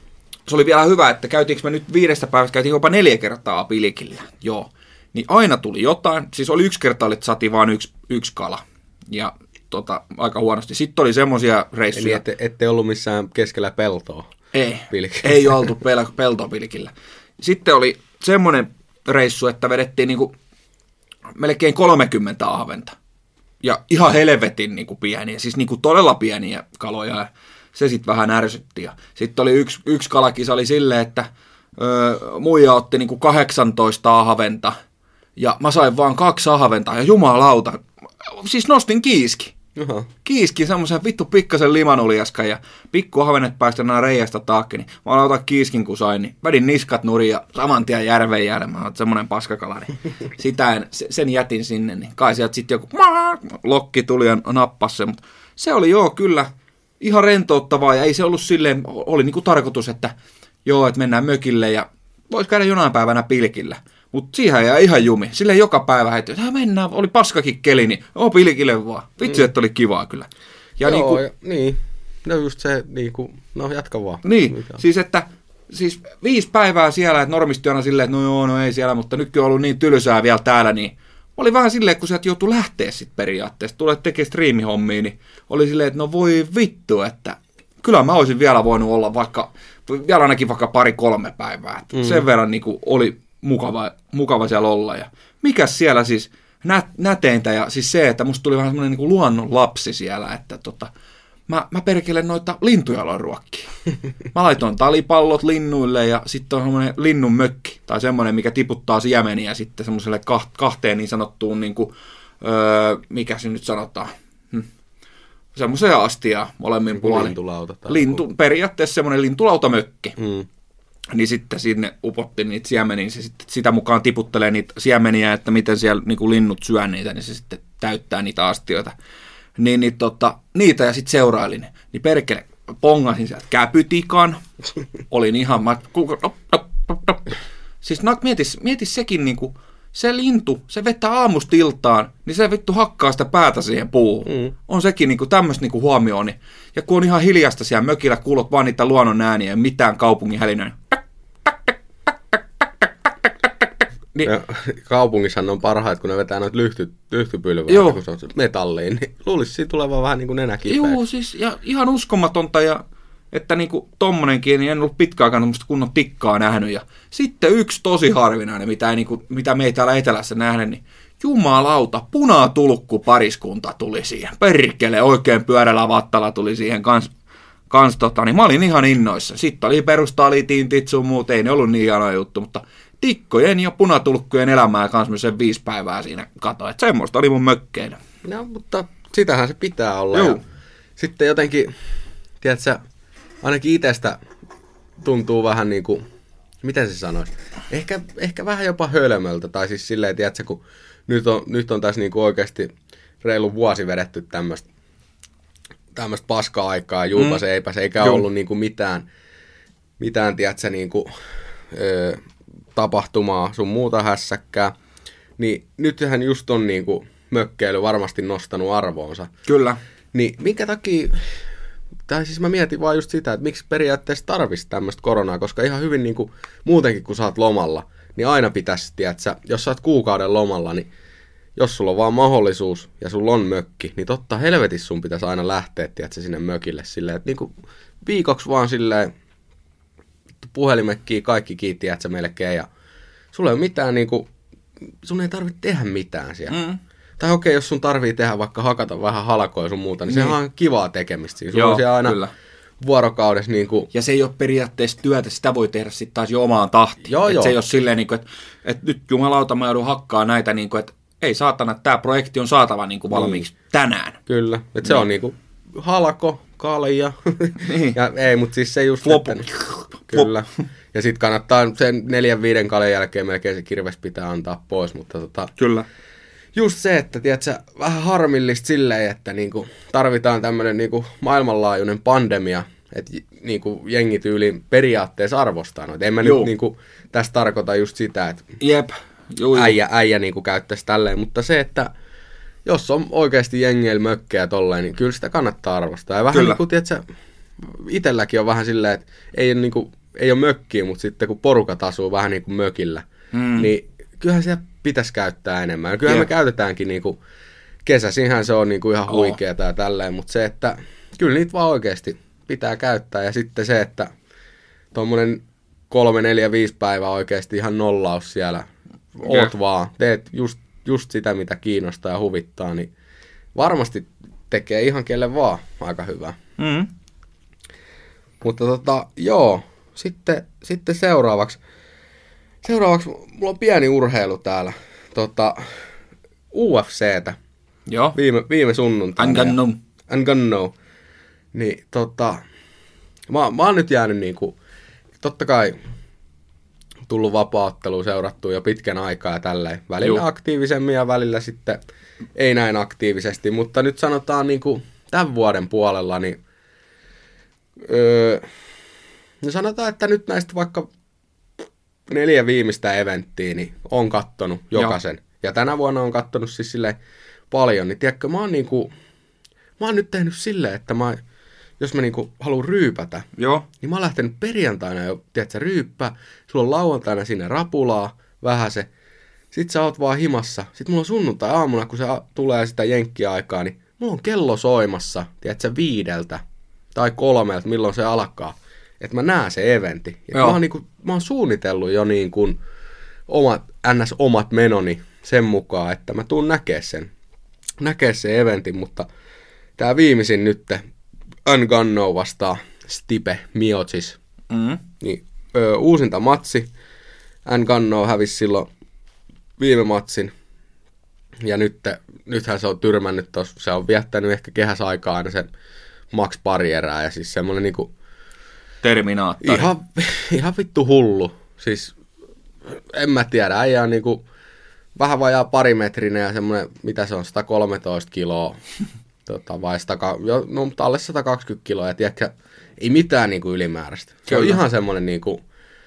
se oli vielä hyvä, että käytiinkö me nyt viidestä päivästä, käytiin jopa neljä kertaa pilkillä. Joo. Niin aina tuli jotain. Siis oli yksi kerta, että saatiin vaan yksi, yksi kala. Ja tota, aika huonosti. Sitten oli semmoisia reissuja. Eli ette, ette ollut missään keskellä peltoa? Ei. Pilkillä. Ei oltu pel- peltoa pilkillä. Sitten oli semmoinen reissu, että vedettiin niinku melkein kolmekymmentä ahventa. Ja ihan helvetin niin kuin pieniä, siis niin kuin todella pieniä kaloja, ja se sitten vähän ärsytti. Ja sitten oli yksi, yksi kalakisa oli silleen, että öö, muija otti niin kuin kahdeksantoista ahventa, ja mä sain vaan kaksi ahventa, ja jumalauta, siis nostin kiiski. Uh-huh. Kiiski semmoisen vittu pikkasen limanuliaskan, ja pikku ahvenet päästän aina reiästä taakke, niin mä aloitan kiiskin kun sain, niin vedin niskat nurin ja saman tien järven jäädä, mä oon semmonen paskakala, niin sitä en, sen jätin sinne, niin kai sieltä sitten joku lokki tuli ja nappasi sen, mutta se oli joo kyllä ihan rentouttavaa, ja ei se ollut silleen, oli niinku tarkoitus, että joo, että mennään mökille ja vois käydä jonain päivänä pilkillä. Mutta siihen jäi ihan jumi. Silleen joka päivä heitti, että mennään, oli paskakin keli, niin oo pilkille vaan. Vitsi, mm. että oli kivaa kyllä. Ja joo, niinku, ja, niin. No just se, niinku, no jatka vaan. Niin, mikä? Siis että siis viisi päivää siellä, että normisti aina silleen, että no joo, no ei siellä, mutta nytkin on ollut niin tylsää vielä täällä, niin oli vähän silleen, kun sieltä joutui lähteä sitten periaatteessa. Tulee tekemään striimihommia, niin oli silleen, että no voi vittu, että kyllä mä olisin vielä voinut olla vaikka, vielä ainakin vaikka pari-kolme päivää. Mm. Sen verran niinku oli Mukava, mukava siellä olla. Ja mikäs siellä siis nä, näteintä, ja siis se, että musta tuli vähän semmoinen niin kuin luonnon lapsi siellä, että tota, mä, mä perkelen noita lintuja aloin ruokkia. Mä laitoin talipallot linnuille, ja sitten on semmoinen linnun mökki, tai semmoinen, mikä tiputtaa siemeniä sitten semmoiselle kahteen niin sanottuun, niin kuin, öö, mikä se nyt sanotaan, hm. semmoiseen astiaan molemmin puolin. Lintulauta. Lintu, periaatteessa semmoinen lintulautamökki. Hmm. Niin sitten sinne upottiin niitä siemeniä, se sitten sitä mukaan tiputtelee niitä siemeniä, että miten siellä niin kuin linnut syö niitä, niin se sitten täyttää niitä astioita. Niin, niin tota, niitä ja sitten seurailin. Niin perkele, pongasin sieltä käpytikan, olin ihan, mä, nop, nop, nop, nop. Siis no, mietis, mietis sekin niin kuin, se lintu, se vetää aamusta iltaan, niin se vittu hakkaa sitä päätä siihen puuhun. Mm. On sekin niinku tämmöistä niinku huomioon. Ja kun on ihan hiljasta siellä mökillä, kuulot vaan niitä luonnon ääniä ja mitään kaupungin hälinöä. Niin, kaupungissahan on parhaat, kun ne vetää noita lyhty, lyhtypylvää, kun se on metalliin, niin luulisi siitä tulevan vähän niin kuin nenäkipeäksi. Joo, siis ja ihan uskomatonta, ja että niinku tommonenkin, niin en ollut pitkään aikaan tämmöistä kunnon tikkaa nähnyt. Ja sitten yksi tosi harvinainen, mitä, ei, niinku, mitä me ei täällä etelässä nähnyt, niin jumalauta, punatulkku pariskunta tuli siihen. Perkele, oikein pyörällä vattalla tuli siihen kans, kans tota, niin mä olin ihan innoissa. Sitten oli perustalitintit sun muut, ei ne ollut niin hieno juttu, mutta tikkojen ja punatulkkujen elämää kans myös sen viisi päivää siinä katoin. Että semmoista oli mun mökkeinä. No, mutta sitähän se pitää olla. Joo. Ja sitten jotenkin, tiedätkö, ainakin itsestä tuntuu vähän niin kuin, miten se sanoisi, ehkä, ehkä vähän jopa hölmöltä. Tai siis silleen, tiedätkö, kun nyt on, nyt on tässä niin kuin oikeasti reilu vuosi vedetty tämmöistä tämmöistä paska-aikaa, juupas mm. eipäs, eikä Joo. ollut niin kuin mitään, mitään tiedätkö, niin kuin, ö, tapahtumaa sun muuta hässäkkää. Niin nythän just on niin kuin mökkeily varmasti nostanut arvoonsa. Kyllä. Niin minkä takia, tai siis mä mietin vaan just sitä, että miksi periaatteessa tarvitsisi tämmöistä koronaa, koska ihan hyvin niin kuin muutenkin kun sä oot lomalla, niin aina pitäisi, tiedätkö, jos sä oot kuukauden lomalla, niin jos sulla on vaan mahdollisuus ja sulla on mökki, niin totta helvetissä sun pitäisi aina lähteä, tiedätkö, sinne mökille silleen, että niinku viikoksi vaan silleen puhelimekkiin kaikki kiinni, tiedätkö, melkein, ja sulla ei ole mitään niinku, sun ei tarvitse tehdä mitään siellä. Mm. Tai okei, jos sun tarvii tehdä vaikka hakata vähän halkoja sun muuta, niin, niin. se on kivaa tekemistä siinä. Sulla Joo, on siellä aina kyllä. vuorokaudessa niinku... Ja se ei ole periaatteessa työtä, sitä voi tehdä sitten taas jo omaan tahtiin. Joo, jo. Se ei ole silleen, niinku, että et nyt jumalauta mä joudun hakkaa näitä, niinku, että ei saatana, että tämä projekti on saatava niinku valmiiksi niin. tänään. Kyllä, että niin. se on niinku halko, kalja, niin. ja ei, mutta siis se just... Flop. Että, kyllä, ja sitten kannattaa sen neljän viiden kaljan jälkeen melkein se kirves pitää antaa pois, mutta tota... Kyllä. Just se, että tiedätkö, vähän harmillista silleen, että niinku tarvitaan tämmöinen niinku maailmanlaajuinen pandemia, että niinku jengityyliin periaatteessa arvostaa noita. En mä Joo. nyt niinku tässä tarkoita just sitä, että... Jep. Juu, äijä, äijä niin kuin käyttäisi tälleen, mutta se, että jos on oikeasti jengeillä mökkejä tolleen, niin kyllä sitä kannattaa arvostaa. Ja vähän kyllä. niin kuin, tiedätkö, itselläkin on vähän silleen, että ei ole, niin kuin, ei ole mökkiä, mutta sitten kun porukat asuu vähän niin kuin mökillä, mm. niin kyllähän sitä pitäisi käyttää enemmän. Ja kyllähän yeah. me käytetäänkin niin kuin, kesäisinhän se on niin kuin ihan huikeeta ja tälleen, mutta se, että kyllä niitä vaan oikeasti pitää käyttää. Ja sitten se, että tuommoinen kolme, neljä, viisi päivää oikeasti ihan nollaus siellä, oot yeah. vaan, teet just, just sitä, mitä kiinnostaa ja huvittaa, niin varmasti tekee ihan kelle vaan aika hyvää. Mm. Mutta tota, joo, sitten, sitten seuraavaksi, seuraavaksi mulla on pieni urheilu täällä, tota, U F C:tä, joo. Viime, viime sunnuntaina. Ngannou. Ngannou. Niin tota, mä, mä oon nyt jäänyt niinku, totta kai, tullut vapaa-ottelua seurattua jo pitkän aikaa ja tälleen. Välillä Juh. aktiivisemmin ja välillä sitten ei näin aktiivisesti. Mutta nyt sanotaan niin kuin tämän vuoden puolella, niin öö, no sanotaan, että nyt näistä vaikka neljä viimeistä eventtiä, niin on kattonut jokaisen. Joo. Ja tänä vuonna on kattonut siis silleen paljon. Niin tiedätkö, mä oon, niin kuin, mä oon nyt tehnyt silleen, että mä... Jos mä niinku haluan ryypätä, Joo. niin mä oon lähtenyt perjantaina jo, tiedätkö, ryyppää. Sulla on lauantaina sinne rapulaa, vähän se. Sit sä oot vaan himassa. Sit mulla on sunnuntai aamuna, kun se tulee sitä jenkkiaikaa, niin mulla on kello soimassa, tiedätkö, viideltä tai kolmelta, milloin se alkaa. Että mä näen se eventti. Ja mä, oon niinku, mä oon suunnitellut jo niin kuin omat, ns. Omat menoni sen mukaan, että mä tuun näkee sen. Näkee sen eventin, mutta tää viimeisin nytte, Ngannou vastaa Stipe Miocic. Mm. Niin, ö, uusinta matsi. Ngannou hävisi silloin viime matsin. Ja nyt, nythän se on tyrmännyt tos, se on viettänyt ehkä kehäsaikaa aina sen max pari erää. Ja siis semmonen niinku... Terminaattori. Ihan, ihan vittu hullu. Siis en mä tiedä, äijä on niinku vähän vajaa parimetrinen ja semmonen, mitä se on, sata kolmetoista kiloa. Tota, vai sata, jo, no, alle sata kaksikymmentä kiloa, ja tiedätkö, ei mitään niinku ylimääräistä. Se Kyllä. on ihan semmoinen niinku,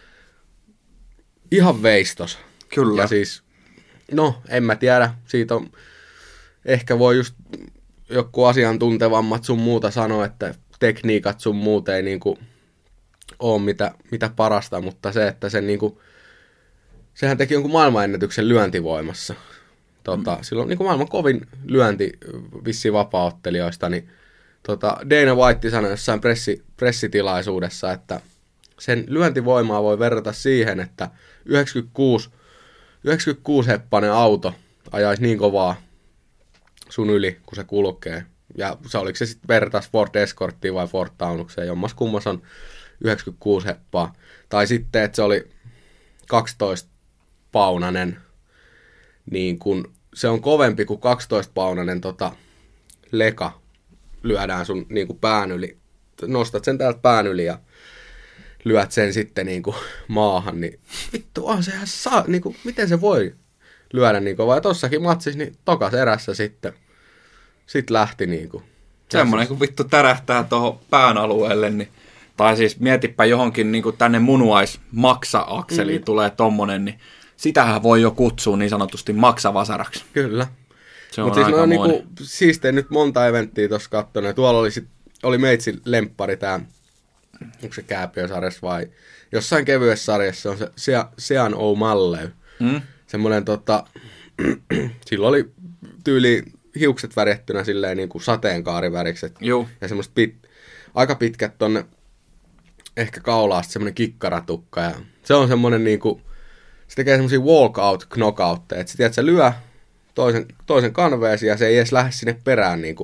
ihan veistos. Kyllä. Ja siis, no, en mä tiedä, siitä on, ehkä voi just joku asiantuntevammat sun muuta sanoa, että tekniikat sun muut ei niinku ole mitä, mitä parasta, mutta se, että sen niinku, sehän teki jonkun maailmanennätyksen lyöntivoimassa. Tota, mm. Silloin niin kuin maailman kovin lyönti vissiin vapaa-ottelijoista, niin tota, Dana White sanoi jossain pressi, pressitilaisuudessa, että sen lyöntivoimaa voi verrata siihen, että yhdeksänkymmentäkuusi, yhdeksänkymmentäkuusi heppainen auto ajaisi niin kovaa sun yli, kun se kulkee. Ja se oliko se sitten vertaisi Ford Escorttiin vai Ford Taunukseen, jommas kummas on yhdeksänkymmentäkuusi heppaa. Tai sitten, että se oli kaksitoista paunanen, niin kun se on kovempi kuin kaksitoista paunanen tota, leka lyödään sun niin kuin pään yli. Nostat sen täältä pään yli ja lyöt sen sitten niin kuin maahan, niin vittu on sehän saa, niin kuin, miten se voi lyödä niin kovaa. Ja tossakin matsissa, niin tokas erässä sitten, sitten lähti niin kuin. Semmoinen, kun vittu tärähtää tuohon pään alueelle, niin, tai siis mietipä johonkin niin kuin tänne munuais-maksa-akseliin mm-hmm. tulee tommonen, niin sitähän voi jo kutsua niin sanotusti maksavasaraksi. Kyllä. Se on Mutta siis aika no niinku, siisteen nyt monta eventtiä tuossa kattonut. Tuolla oli, sit, oli meitsin lemppari tää, onko se Kääpiösarjassa vai jossain kevyessä sarjassa, on se Sean O'Malley. Mm. Semmoinen tota, sillä oli tyyli hiukset värettynä silleen niinku sateenkaarivärikset. Juu. Ja semmoiset pit, aika pitkät tonne ehkä kaulaasta semmoinen kikkaratukka. Ja se on semmoinen niinku, se tekee semmosia walkout knockoutteja, että se, tiedät, se lyö toisen, toisen kanveesi ja se ei edes lähde sinne perään niinku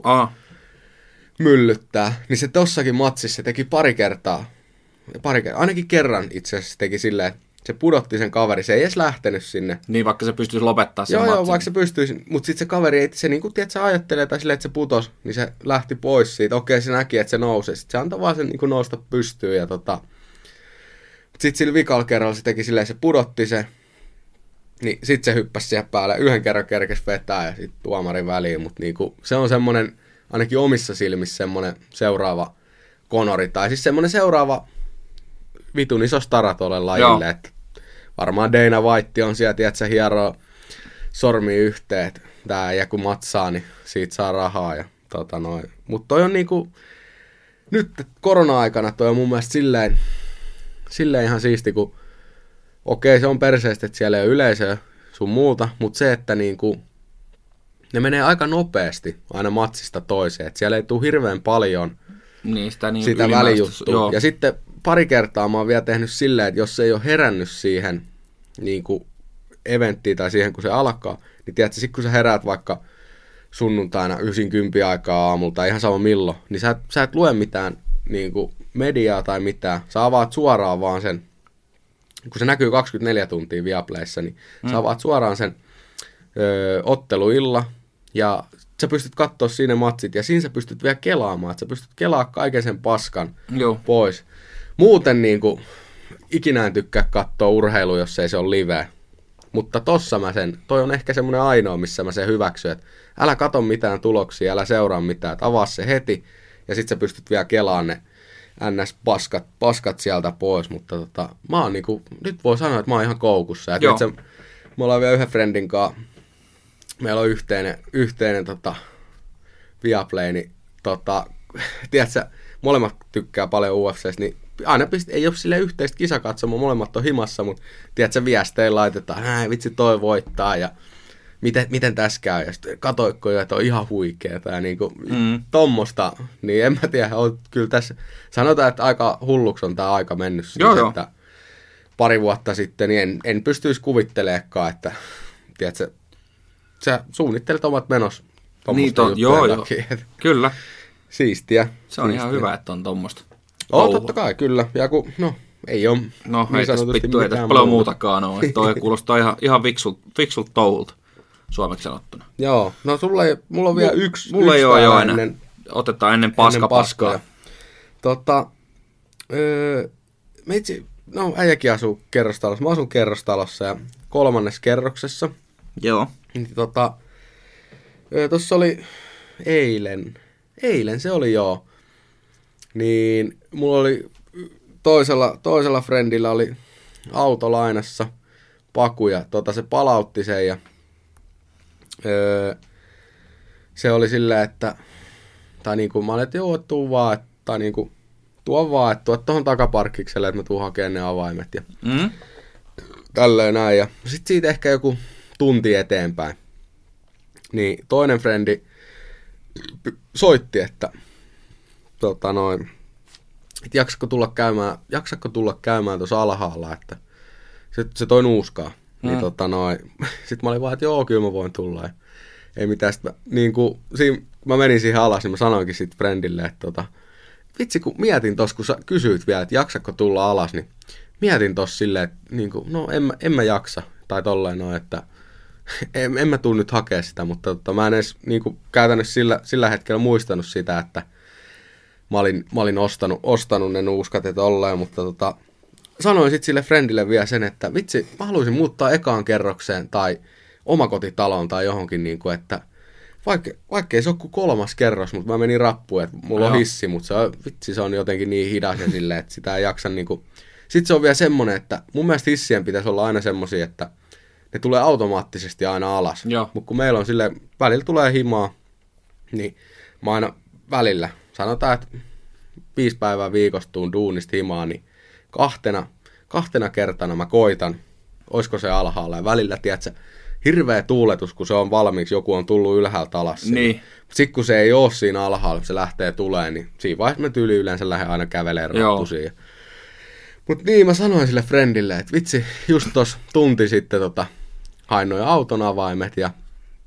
myllyttää. Niin se tossakin matsissa se teki pari kertaa, pari kertaa, ainakin kerran itse asiassa teki silleen, että se pudotti sen kaveri, se ei edes lähtenyt sinne. Niin, vaikka se pystyisi lopettaa sen joo, matsin. Joo, vaikka se pystyisi, mutta sitten se kaveri, ei, se niinku, tiedät, se ajattelee tai silleen, että se putosi, niin se lähti pois siitä. Okei, se näki, että se nousee. Sitten se antoi vaan sen niinku nousta pystyyn ja tota. Sitten sillä vikalla kerralla se teki silleen, se pudotti se. Niin sit se hyppäsi siihen päälle, yhden kerran kerkesi vetää ja sitten tuomarin väliin, mutta niinku, se on semmoinen, ainakin omissa silmissä semmoinen seuraava Conori, tai siis semmoinen seuraava vitun iso stara tuolle lajille, että varmaan Dana White on siellä, tiedät sä, hieroo sormi yhteen, että tää ja kun matsaa, niin siitä saa rahaa ja tota noin. Mutta toi on niinku, nyt korona-aikana toi on mun mielestä silleen, silleen ihan siisti, kun okei, se on perseestä, että siellä ei ole yleisöä sun muuta, mutta se, että niinku, ne menee aika nopeasti aina matsista toiseen, että siellä ei tule hirveän paljon niin, sitä, niin sitä välijuttua. Ja sitten pari kertaa mä oon vielä tehnyt silleen, että jos se ei ole herännyt siihen niinku, eventtiin tai siihen, kun se alkaa, niin tiedätkö, sit kun sä heräät vaikka sunnuntaina yhdeksänkymmentä aikaa aamulla tai ihan sama milloin, niin sä, sä et lue mitään niinku, mediaa tai mitään. Sä avaat suoraan vaan sen, kun se näkyy kaksikymmentäneljä tuntia Viaplayssa, niin mm. sä avaat suoraan sen ö, otteluilla ja sä pystyt katsoa siinä matsit ja siinä sä pystyt vielä kelaamaan, että sä pystyt kelaamaan kaiken sen paskan Joo. pois. Muuten niin kuin, ikinä en tykkää katsoa urheilua, jos ei se ole live. Mutta tossa mä sen, toi on ehkä semmoinen ainoa, missä mä sen hyväksyn, että älä katso mitään tuloksia, älä seuraa mitään, että avaa se heti ja sit sä pystyt vielä kelaamaan ne ns-paskat paskat sieltä pois, mutta tota, mä oon niinku, nyt voi sanoa, että mä oon ihan koukussa. Et nyt se, me ollaan vielä yhden friendin kanssa, meillä on yhteinen, yhteinen tota, Viaplay, niin tota, tiedätkö, molemmat tykkää paljon U F C:stä, niin aina pist, ei ole silleen yhteistä kisakatsomaa, molemmat on himassa, mutta tiedätkö, viestein laitetaan, näin vitsi toi voittaa ja miten, miten tässä käy, ja sitten katoikko jo, että on ihan huikeeta ja niinku mm. tommosta, niin en mä tiedä, on kyllä tässä, sanotaan, että aika hulluksi on tämä aika mennyt siis, joo, että pari vuotta sitten, niin en, en pystyisi kuvitteleekaan, että tiedätkö, sä suunnittelet omat menos niin to, joo, joo. Kyllä. Siistiä. Se on siistiä. Ihan hyvä, että on tommosta. Oo, totta kai, kyllä. Ja kun, no, ei ole no, niin ei tässä pittu, ei tässä paljon muutakaan ole. Toi kuulostaa ihan, ihan fiksult, fiksult touhulta suomeksi sanottuna. Joo, no sulla ei, mulla on vielä M- yksi, mulla yksi ei ole jo ennen, ennen. Otetaan ennen paskapaskaa. Tota, öö, meitsi, no äijäkin asuu kerrostalossa. Mä asun kerrostalossa ja kolmannessa kerroksessa. Joo. Niin tota, öö, tossa oli eilen, eilen se oli joo. Niin mulla oli toisella, toisella friendillä oli auto lainassa paku ja tota, se palautti sen ja öö, se oli silleen, että tai niinku mä olin, että joo, tuu vaan, että, tai niinku tuo vaan, että tuo tohon takaparkkikselle, että mä tuun hakemaan ne avaimet ja mm. tälleen näin ja sit siitä ehkä joku tunti eteenpäin, niin toinen frendi soitti, että tota noin, että jaksakko tulla käymään, jaksakko tulla käymään tuossa alhaalla, että se, se toi nuuskaa. Mm. Niin tota noin, sit mä olin vaan, että joo, kyllä mä voin tulla. Ja ei mitään, sit mä, niin kuin, siinä mä menin siihen alas, niin mä sanoinkin sitten friendille, että tota, vitsi kun mietin tossa, kun sä kysyit vielä, että jaksakko tulla alas, niin mietin tossa silleen, että niin kuin, no en, en mä jaksa, tai tolleen noin, että en, en mä tuu nyt hakea sitä, mutta tota, mä en edes niin kuin, käytännössä sillä, sillä hetkellä muistanut sitä, että mä olin, mä olin ostanut, ostanut ne nuuskat ja tolleen, mutta tota, sanoin sitten sille friendille vielä sen, että vitsi, mä haluaisin muuttaa ekaan kerrokseen tai omakotitaloon tai johonkin, niin kuin, että vaikka, vaikka ei se ole kuin kolmas kerros, mutta mä menin rappuun, että mulla on hissi, mutta se on, vitsi, se on jotenkin niin hidas ja silleen, että sitä ei jaksa niin kuin. Sitten se on vielä semmoinen, että mun mielestä hissien pitäisi olla aina semmoisia, että ne tulee automaattisesti aina alas. Mutta kun meillä on silleen, välillä tulee himaa, niin mä aina välillä, sanotaan, että viisi päivää viikosta tuun duunista himaa, niin kahtena, kahtena kertana mä koitan, oisko se alhaalla. Ja välillä, tiedätkö, hirveä tuuletus, kun se on valmiiksi, joku on tullut ylhäältä alas. Niin. Sitten kun se ei ole siinä alhaalla, se lähtee tulemaan, niin siinä vaiheessa mä tyyli yleensä lähden aina kävelemään rappusiin. Mutta niin, mä sanoin sille friendille, että vitsi, just tossa tunti sitten tota, hain noin auton avaimet ja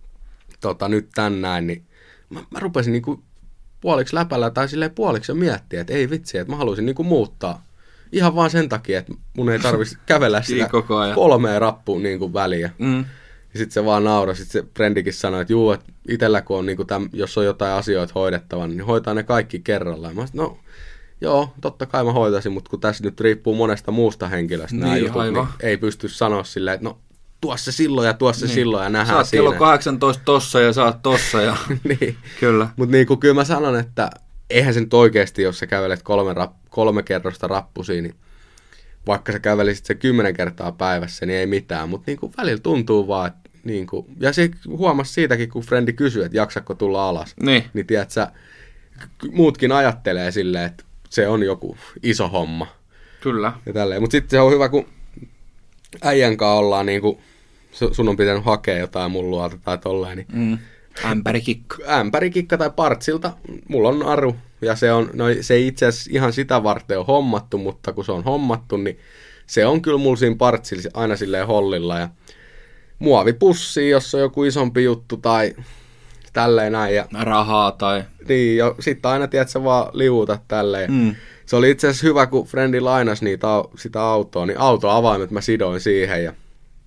tota, nyt tän näin, niin mä, mä rupesin niinku puoliksi läpällä tai silleen puoliksi jo miettiä, että ei vitsi, että mä haluaisin niinku muuttaa. Ihan vaan sen takia, että mun ei tarvitsisi kävellä sitä kolmea rappuun niinku väliä. Mm. Ja sit se vaan nauroi, sit se frendikin sanoi, että juu, että itellä kun on niinku täm, jos on jotain asioita hoidettavan, niin hoitaa ne kaikki kerrallaan. Mä sanoin, no joo, totta kai mä hoitaisin, mutta kun tässä nyt riippuu monesta muusta henkilöstä niin, nämä jutut, niin ei pysty sanoa silleen, että no tuossa silloin ja tuossa niin. silloin ja nähdään saat siinä. Saat kello kahdeksantoista tossa ja saat tossa ja niin. Kyllä. Mutta niin kuin kyllä mä sanon, että eihän se nyt oikeasti, jos sä kävelet kolme, rap, kolme kerrosta rappusia, niin vaikka sä kävelisit se kymmenen kertaa päivässä, niin ei mitään, mutta niin kuin välillä tuntuu vaan, että niin kuin, ja se huomasi siitäkin, kun frendi kysyi, että jaksatko tulla alas, niin, niin tiedät sä, muutkin ajattelee silleen, että se on joku iso homma. Kyllä. Mutta sitten se on hyvä, kun äijän kanssa ollaan, niin kuin, sun on pitänyt hakea jotain mun luota tai tolleen. Niin mm. Ämpärikikka. Ämpärikikka tai partsilta. Mulla on naru. Ja se, on, no, se ei itse asiassa ihan sitä varten ole hommattu, mutta kun se on hommattu, niin se on kyllä mulla siinä partsilla aina silleen hollilla. Ja muovipussi, jos on joku isompi juttu tai tälleen näin. Ja rahaa tai niin, ja sitten aina, tiedät sä vaan liuutat tälleen. Mm. Se oli itse asiassa hyvä, kun frendi lainasi niitä, sitä autoa, niin autoavaimet mä sidoin siihen ja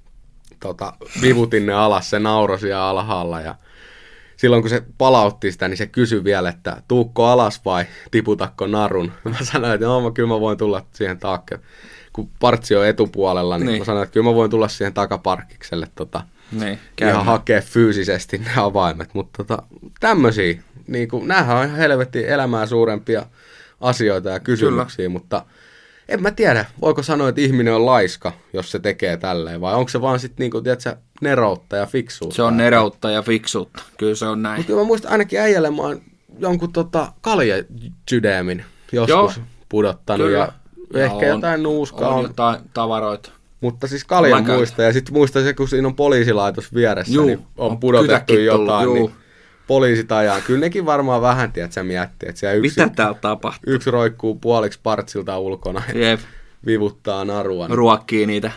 tota, vivutin ne alas, se nauroi siellä alhaalla. Ja silloin kun se palautti sitä, niin se kysyi vielä, että tuukko alas vai tiputakko narun. Mä sanoin, että no, kyllä mä voin tulla siihen taakse. Kun partsi on etupuolella, niin, niin mä sanoin, että kyllä mä voin tulla siihen takaparkkikselle tota, niin, ihan hakea fyysisesti ne avaimet. Mutta tota, tämmöisiä. Niin kuin, näähän on ihan helvetin elämää suurempia asioita ja kysymyksiä, Kyllä. mutta en mä tiedä, voiko sanoa, että ihminen on laiska, jos se tekee tälleen, vai onko se vaan sitten niin kuin, tiedätkö, neroutta ja fiksuutta? Se on neroutta ja fiksuutta, kyllä se on näin. Mutta mä muistan ainakin äijälle, mä oon jonkun tota, kaljajydeemin joskus Joo. pudottanut Kyllä. ja, ja ehkä on, jotain nuuskaa. On jotain tavaroita. Mutta siis kaljan muista, ja sitten muistan se, kun siinä on poliisilaitos vieressä, Juu, niin on pudotettu on jotain, tullut, niin poliisit ajaa. Kyllä nekin varmaan vähän, tiedät sä miettii, että siellä yksi, mitä täällä tapahtuu? Yksi roikkuu puoliksi partsilta ulkona ja Jep. vivuttaa narua. Niin ruokkii niitä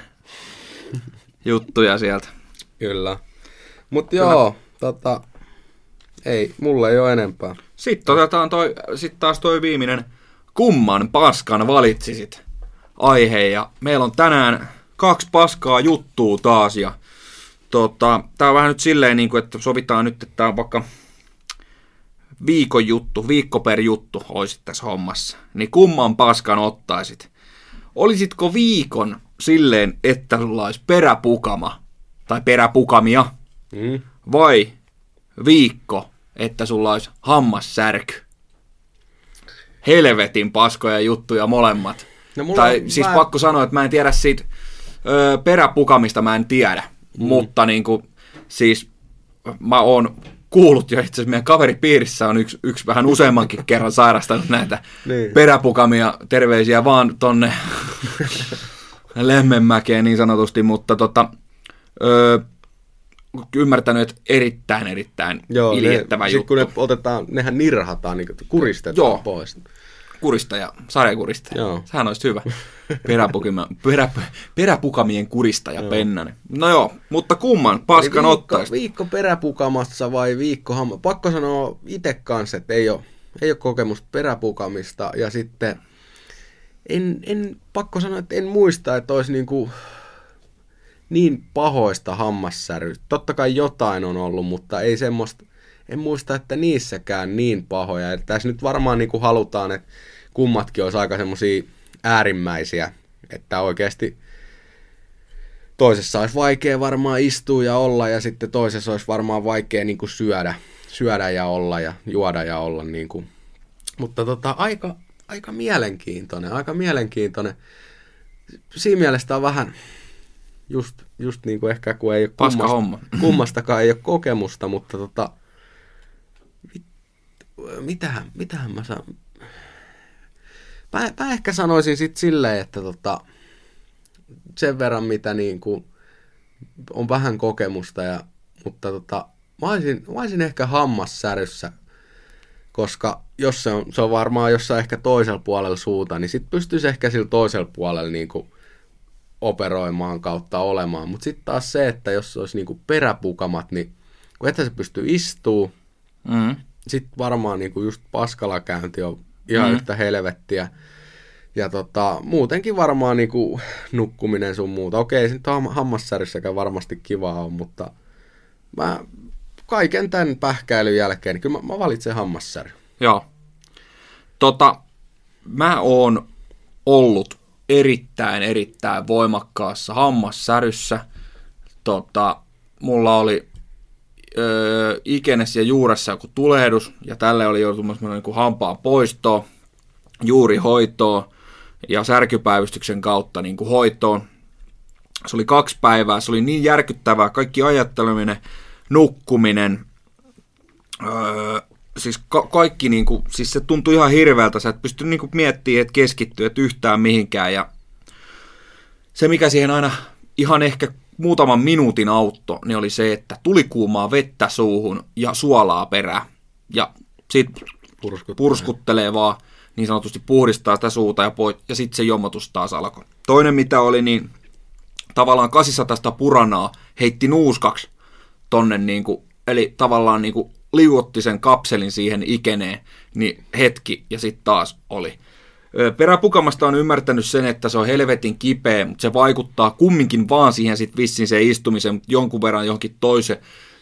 juttuja sieltä. Kyllä. Mutta joo, tota, ei, mulla ei ole enempää. Sitten otetaan toi, sit taas toi viimeinen, kumman paskan valitsisit aihe. Ja meillä on tänään kaksi paskaa juttua taas ja Tota, tää on vähän nyt silleen, niin kuin, että sovitaan nyt, että tää on vaikka viikon juttu, viikko per juttu oisit tässä hommassa. Niin kumman paskan ottaisit? Olisitko viikon silleen, että sulla olisi peräpukama tai peräpukamia? Mm. Vai viikko, että sulla olisi hammassärky? Helvetin paskoja juttuja molemmat. No, tai siis mä... pakko sanoa, että mä en tiedä siitä ö, peräpukamista, mä en tiedä. Mm. Mutta niin kuin, siis mä oon kuullut jo itse asiassa meidän kaveripiirissä on yksi, yksi vähän useammankin kerran sairastanut näitä niin. peräpukamia, terveisiä vaan tonne Lemmenmäkeen niin sanotusti, mutta tota, öö, ymmärtänyt, että erittäin erittäin Joo, iljettävä ne, juttu. Kun ne otetaan, nehän nirhataan, niin kuristetaan Joo. pois. kuristaja, sarjakuristaja. Joo. Sehän olisi hyvä. Peräpukima, perä, peräpukamien kuristaja joo. Pennanen. No joo, mutta kumman paskan ottaisi? Viikko peräpukamassa vai viikko hamma? Pakko sanoa itse kanssa, että ei ole, ei ole kokemusta peräpukamista. Ja sitten en, en, pakko sanoa, että en muista, että olisi niin, kuin niin pahoista hammassäryistä. Totta kai jotain on ollut, mutta ei semmoista. En muista, että niissäkään niin pahoja. Että tässä nyt varmaan niin kuin halutaan, että kummatkin olisi aika semmoisia äärimmäisiä, että oikeasti toisessa olisi vaikea varmaan istua ja olla, ja sitten toisessa olisi varmaan vaikea niin kuin syödä, syödä ja olla ja juoda ja olla. Niin kuin. Mutta tota, aika, aika mielenkiintoinen, aika mielenkiintoinen. Siinä mielessä on vähän just, just niin kuin ehkä, kun ei ole kummasta, kummastakaan ei ole kokemusta, mutta tota, mitähän, mitähän mä saan... Mä, mä ehkä sanoisin sitten silleen, että tota, sen verran mitä niin kuin on vähän kokemusta, ja, mutta tota, mä, olisin, mä olisin ehkä hammassäryssä, koska jos se on, se on varmaan jossain ehkä toisella puolella suuta, niin sitten pystyisi ehkä sillä toisella puolella niin kuin operoimaan kautta olemaan. Mutta sitten taas se, että jos olisi niin kuin peräpukamat, niin kun ethän se pystyy istuu, mm. sitten varmaan niin kuin just paskalakäynti on ihan mm. yhtä helvettiä. Ja tota, muutenkin varmaan niin kuin nukkuminen sun muuta. Okei, se nyt hammassäryssäkään varmasti kivaa on, mutta mä kaiken tämän pähkäilyn jälkeen, niin kyllä mä, mä valitsen hammassäry. Joo. Tota, mä oon ollut erittäin, erittäin voimakkaassa hammassäryssä. Tota, mulla oli öö, ikenessä ja juuressa joku tulehdus, ja tälle oli joutunut niin kuin hampaan poistoon, juurihoitoon ja särkypäivystyksen kautta niin kuin hoitoon. Se oli kaksi päivää, se oli niin järkyttävää, kaikki ajatteleminen, nukkuminen, öö, siis ka- kaikki, niin kuin, siis se tuntui ihan hirveältä, sä et pysty niin kuin miettimään, että keskittyä et yhtään mihinkään, ja se mikä siihen aina ihan ehkä muutaman minuutin auttoi, niin oli se, että tuli kuumaa vettä suuhun ja suolaa perään, ja sit Purskuttelee. purskuttelee vaan, niin sanotusti puhdistaa sitä suuta ja, pois, ja sitten se jomotus taas alkoi. Toinen mitä oli, niin tavallaan kahdeksansataa puranaa heitti nuuskaksi tonne, niin kuin, eli tavallaan niin kuin liuotti sen kapselin siihen ikeneen, niin hetki ja sitten taas oli. Peräpukamasta on ymmärtänyt sen, että se on helvetin kipeä, mutta se vaikuttaa kumminkin vaan siihen sitten vissiin se istumiseen, mutta jonkun verran johonkin toiseen.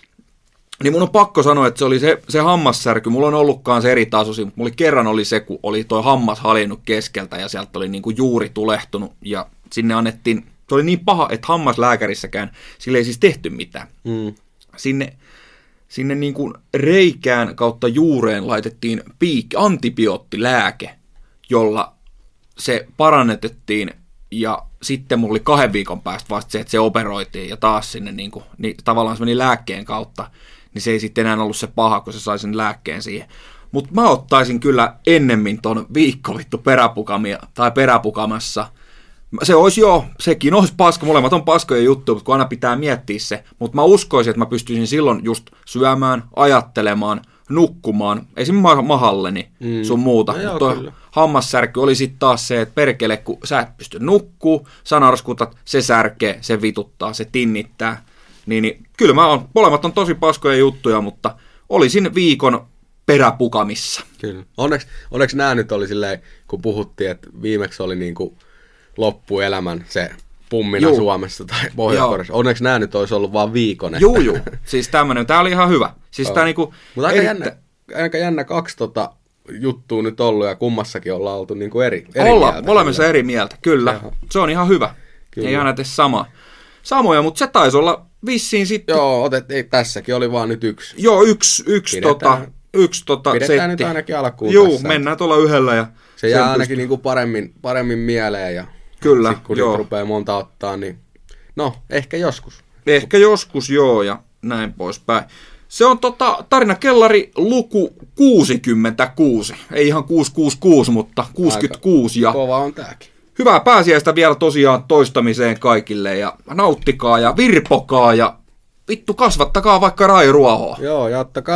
Niin mun on pakko sanoa, että se oli se, se hammassärky. Mulla on ollutkaan se eri tasoisin, mutta mulla kerran oli se, kun oli toi hammas haljennut keskeltä ja sieltä oli niinku juuri tulehtunut ja sinne annettiin, se oli niin paha, että hammaslääkärissäkään sille ei siis tehty mitään. Mm. Sinne, sinne niinku reikään kautta juureen laitettiin piikki, antibioottilääke, jolla se parannetettiin ja sitten mulla oli kahden viikon päästä vasta se, että se operoitiin ja taas sinne niinku, niin tavallaan se meni lääkkeen kautta. Niin se ei sitten enää ollut se paha, kun se sai sen lääkkeen siihen. Mutta mä ottaisin kyllä ennemmin ton viikko vittu peräpukamia tai peräpukamassa. Se olisi joo, sekin olisi paska, molemmat on paskoja juttuja, mutta kun aina pitää miettiä se. Mutta mä uskoisin, että mä pystyisin silloin just syömään, ajattelemaan, nukkumaan, esimerkiksi mahalleni mm. sun muuta. No joo, toi hammassärky oli sitten taas se, että perkele, kun sä et pysty nukkuu, sä narskutat, se särkee, se vituttaa, se tinnittää. Niin, niin kyllä mä oon, molemmat on tosi paskoja juttuja, mutta olisin viikon peräpukamissa. Kyllä. Onneksi, onneksi nämä nyt oli silleen, kun puhuttiin, että viimeksi oli niin kuin loppuelämän se pummina juu. Suomessa tai Pohjois-Koreassa. Onneksi nämä nyt olisi ollut vaan viikon. Juu, juu. Siis tämmönen, tää oli ihan hyvä. Siis tää niinku... Mutta aika, erittä... jännä, aika jännä kaksi tota juttua nyt ollut ja kummassakin ollaan oltu niinku eri, eri Olla, mieltä. Molemmissa eri mieltä, kyllä. Jaha. Se on ihan hyvä. Kyllä. Ei aina tee samaa. Samoja, mutta se taisi olla vissiin sitten... Joo, otet, ei, tässäkin oli vaan nyt yksi. Joo, yksi, yksi pidetään, tota, yksi tota pidetään setti. Nyt ainakin alkuun Juu, tässä. mennään tuolla yhdellä ja... Se jää ainakin pystyy... niinku paremmin, paremmin mieleen ja... Kyllä, sit, kun joo. rupeaa monta ottaa, niin... No, ehkä joskus. Ehkä joskus, joo, ja näin poispäin. Se on tota, tarinakellari luku kuusikymmentäkuusi. Ei ihan kuusi kuusi kuusi, mutta kuusikymmentäkuusi. Aika ja kova on tääkin. Hyvää pääsiäistä vielä tosiaan toistamiseen kaikille ja nauttikaa ja virpokaa ja vittu kasvattakaa vaikka rairuohoa. Joo, ja ottakaa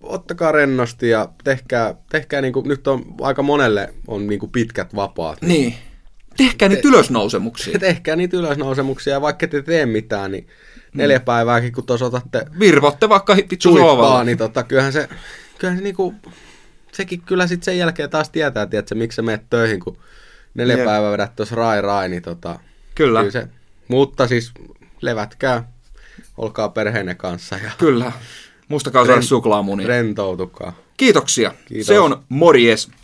ottakaa rennosti ja tehkää, tehkää niin kuin, nyt on aika monelle on niin kuin pitkät vapaat. Niin. Tehkää niitä ylösnousemuksia. Tehkää niitä ylösnousemuksia ja vaikka te tee mitään, niin neljä mm. päivääkin, kun tuossa otatte virvotte vaikka vittu suivaa, niin tota, kyllähän se, kyllähän se niinku, sekin kyllä sitten sen jälkeen taas tietää, tiedätkö, miksi sä menet töihin, kun neljä Jep. päivää vedät tuossa rai rai, niin tota, kyllä. kyllä se, mutta siis levätkää, olkaa perheenne kanssa. Ja kyllä, muistakaa saada suklaamunia. Rentoutukaa. Kiitoksia. Kiitos. Se on morjes.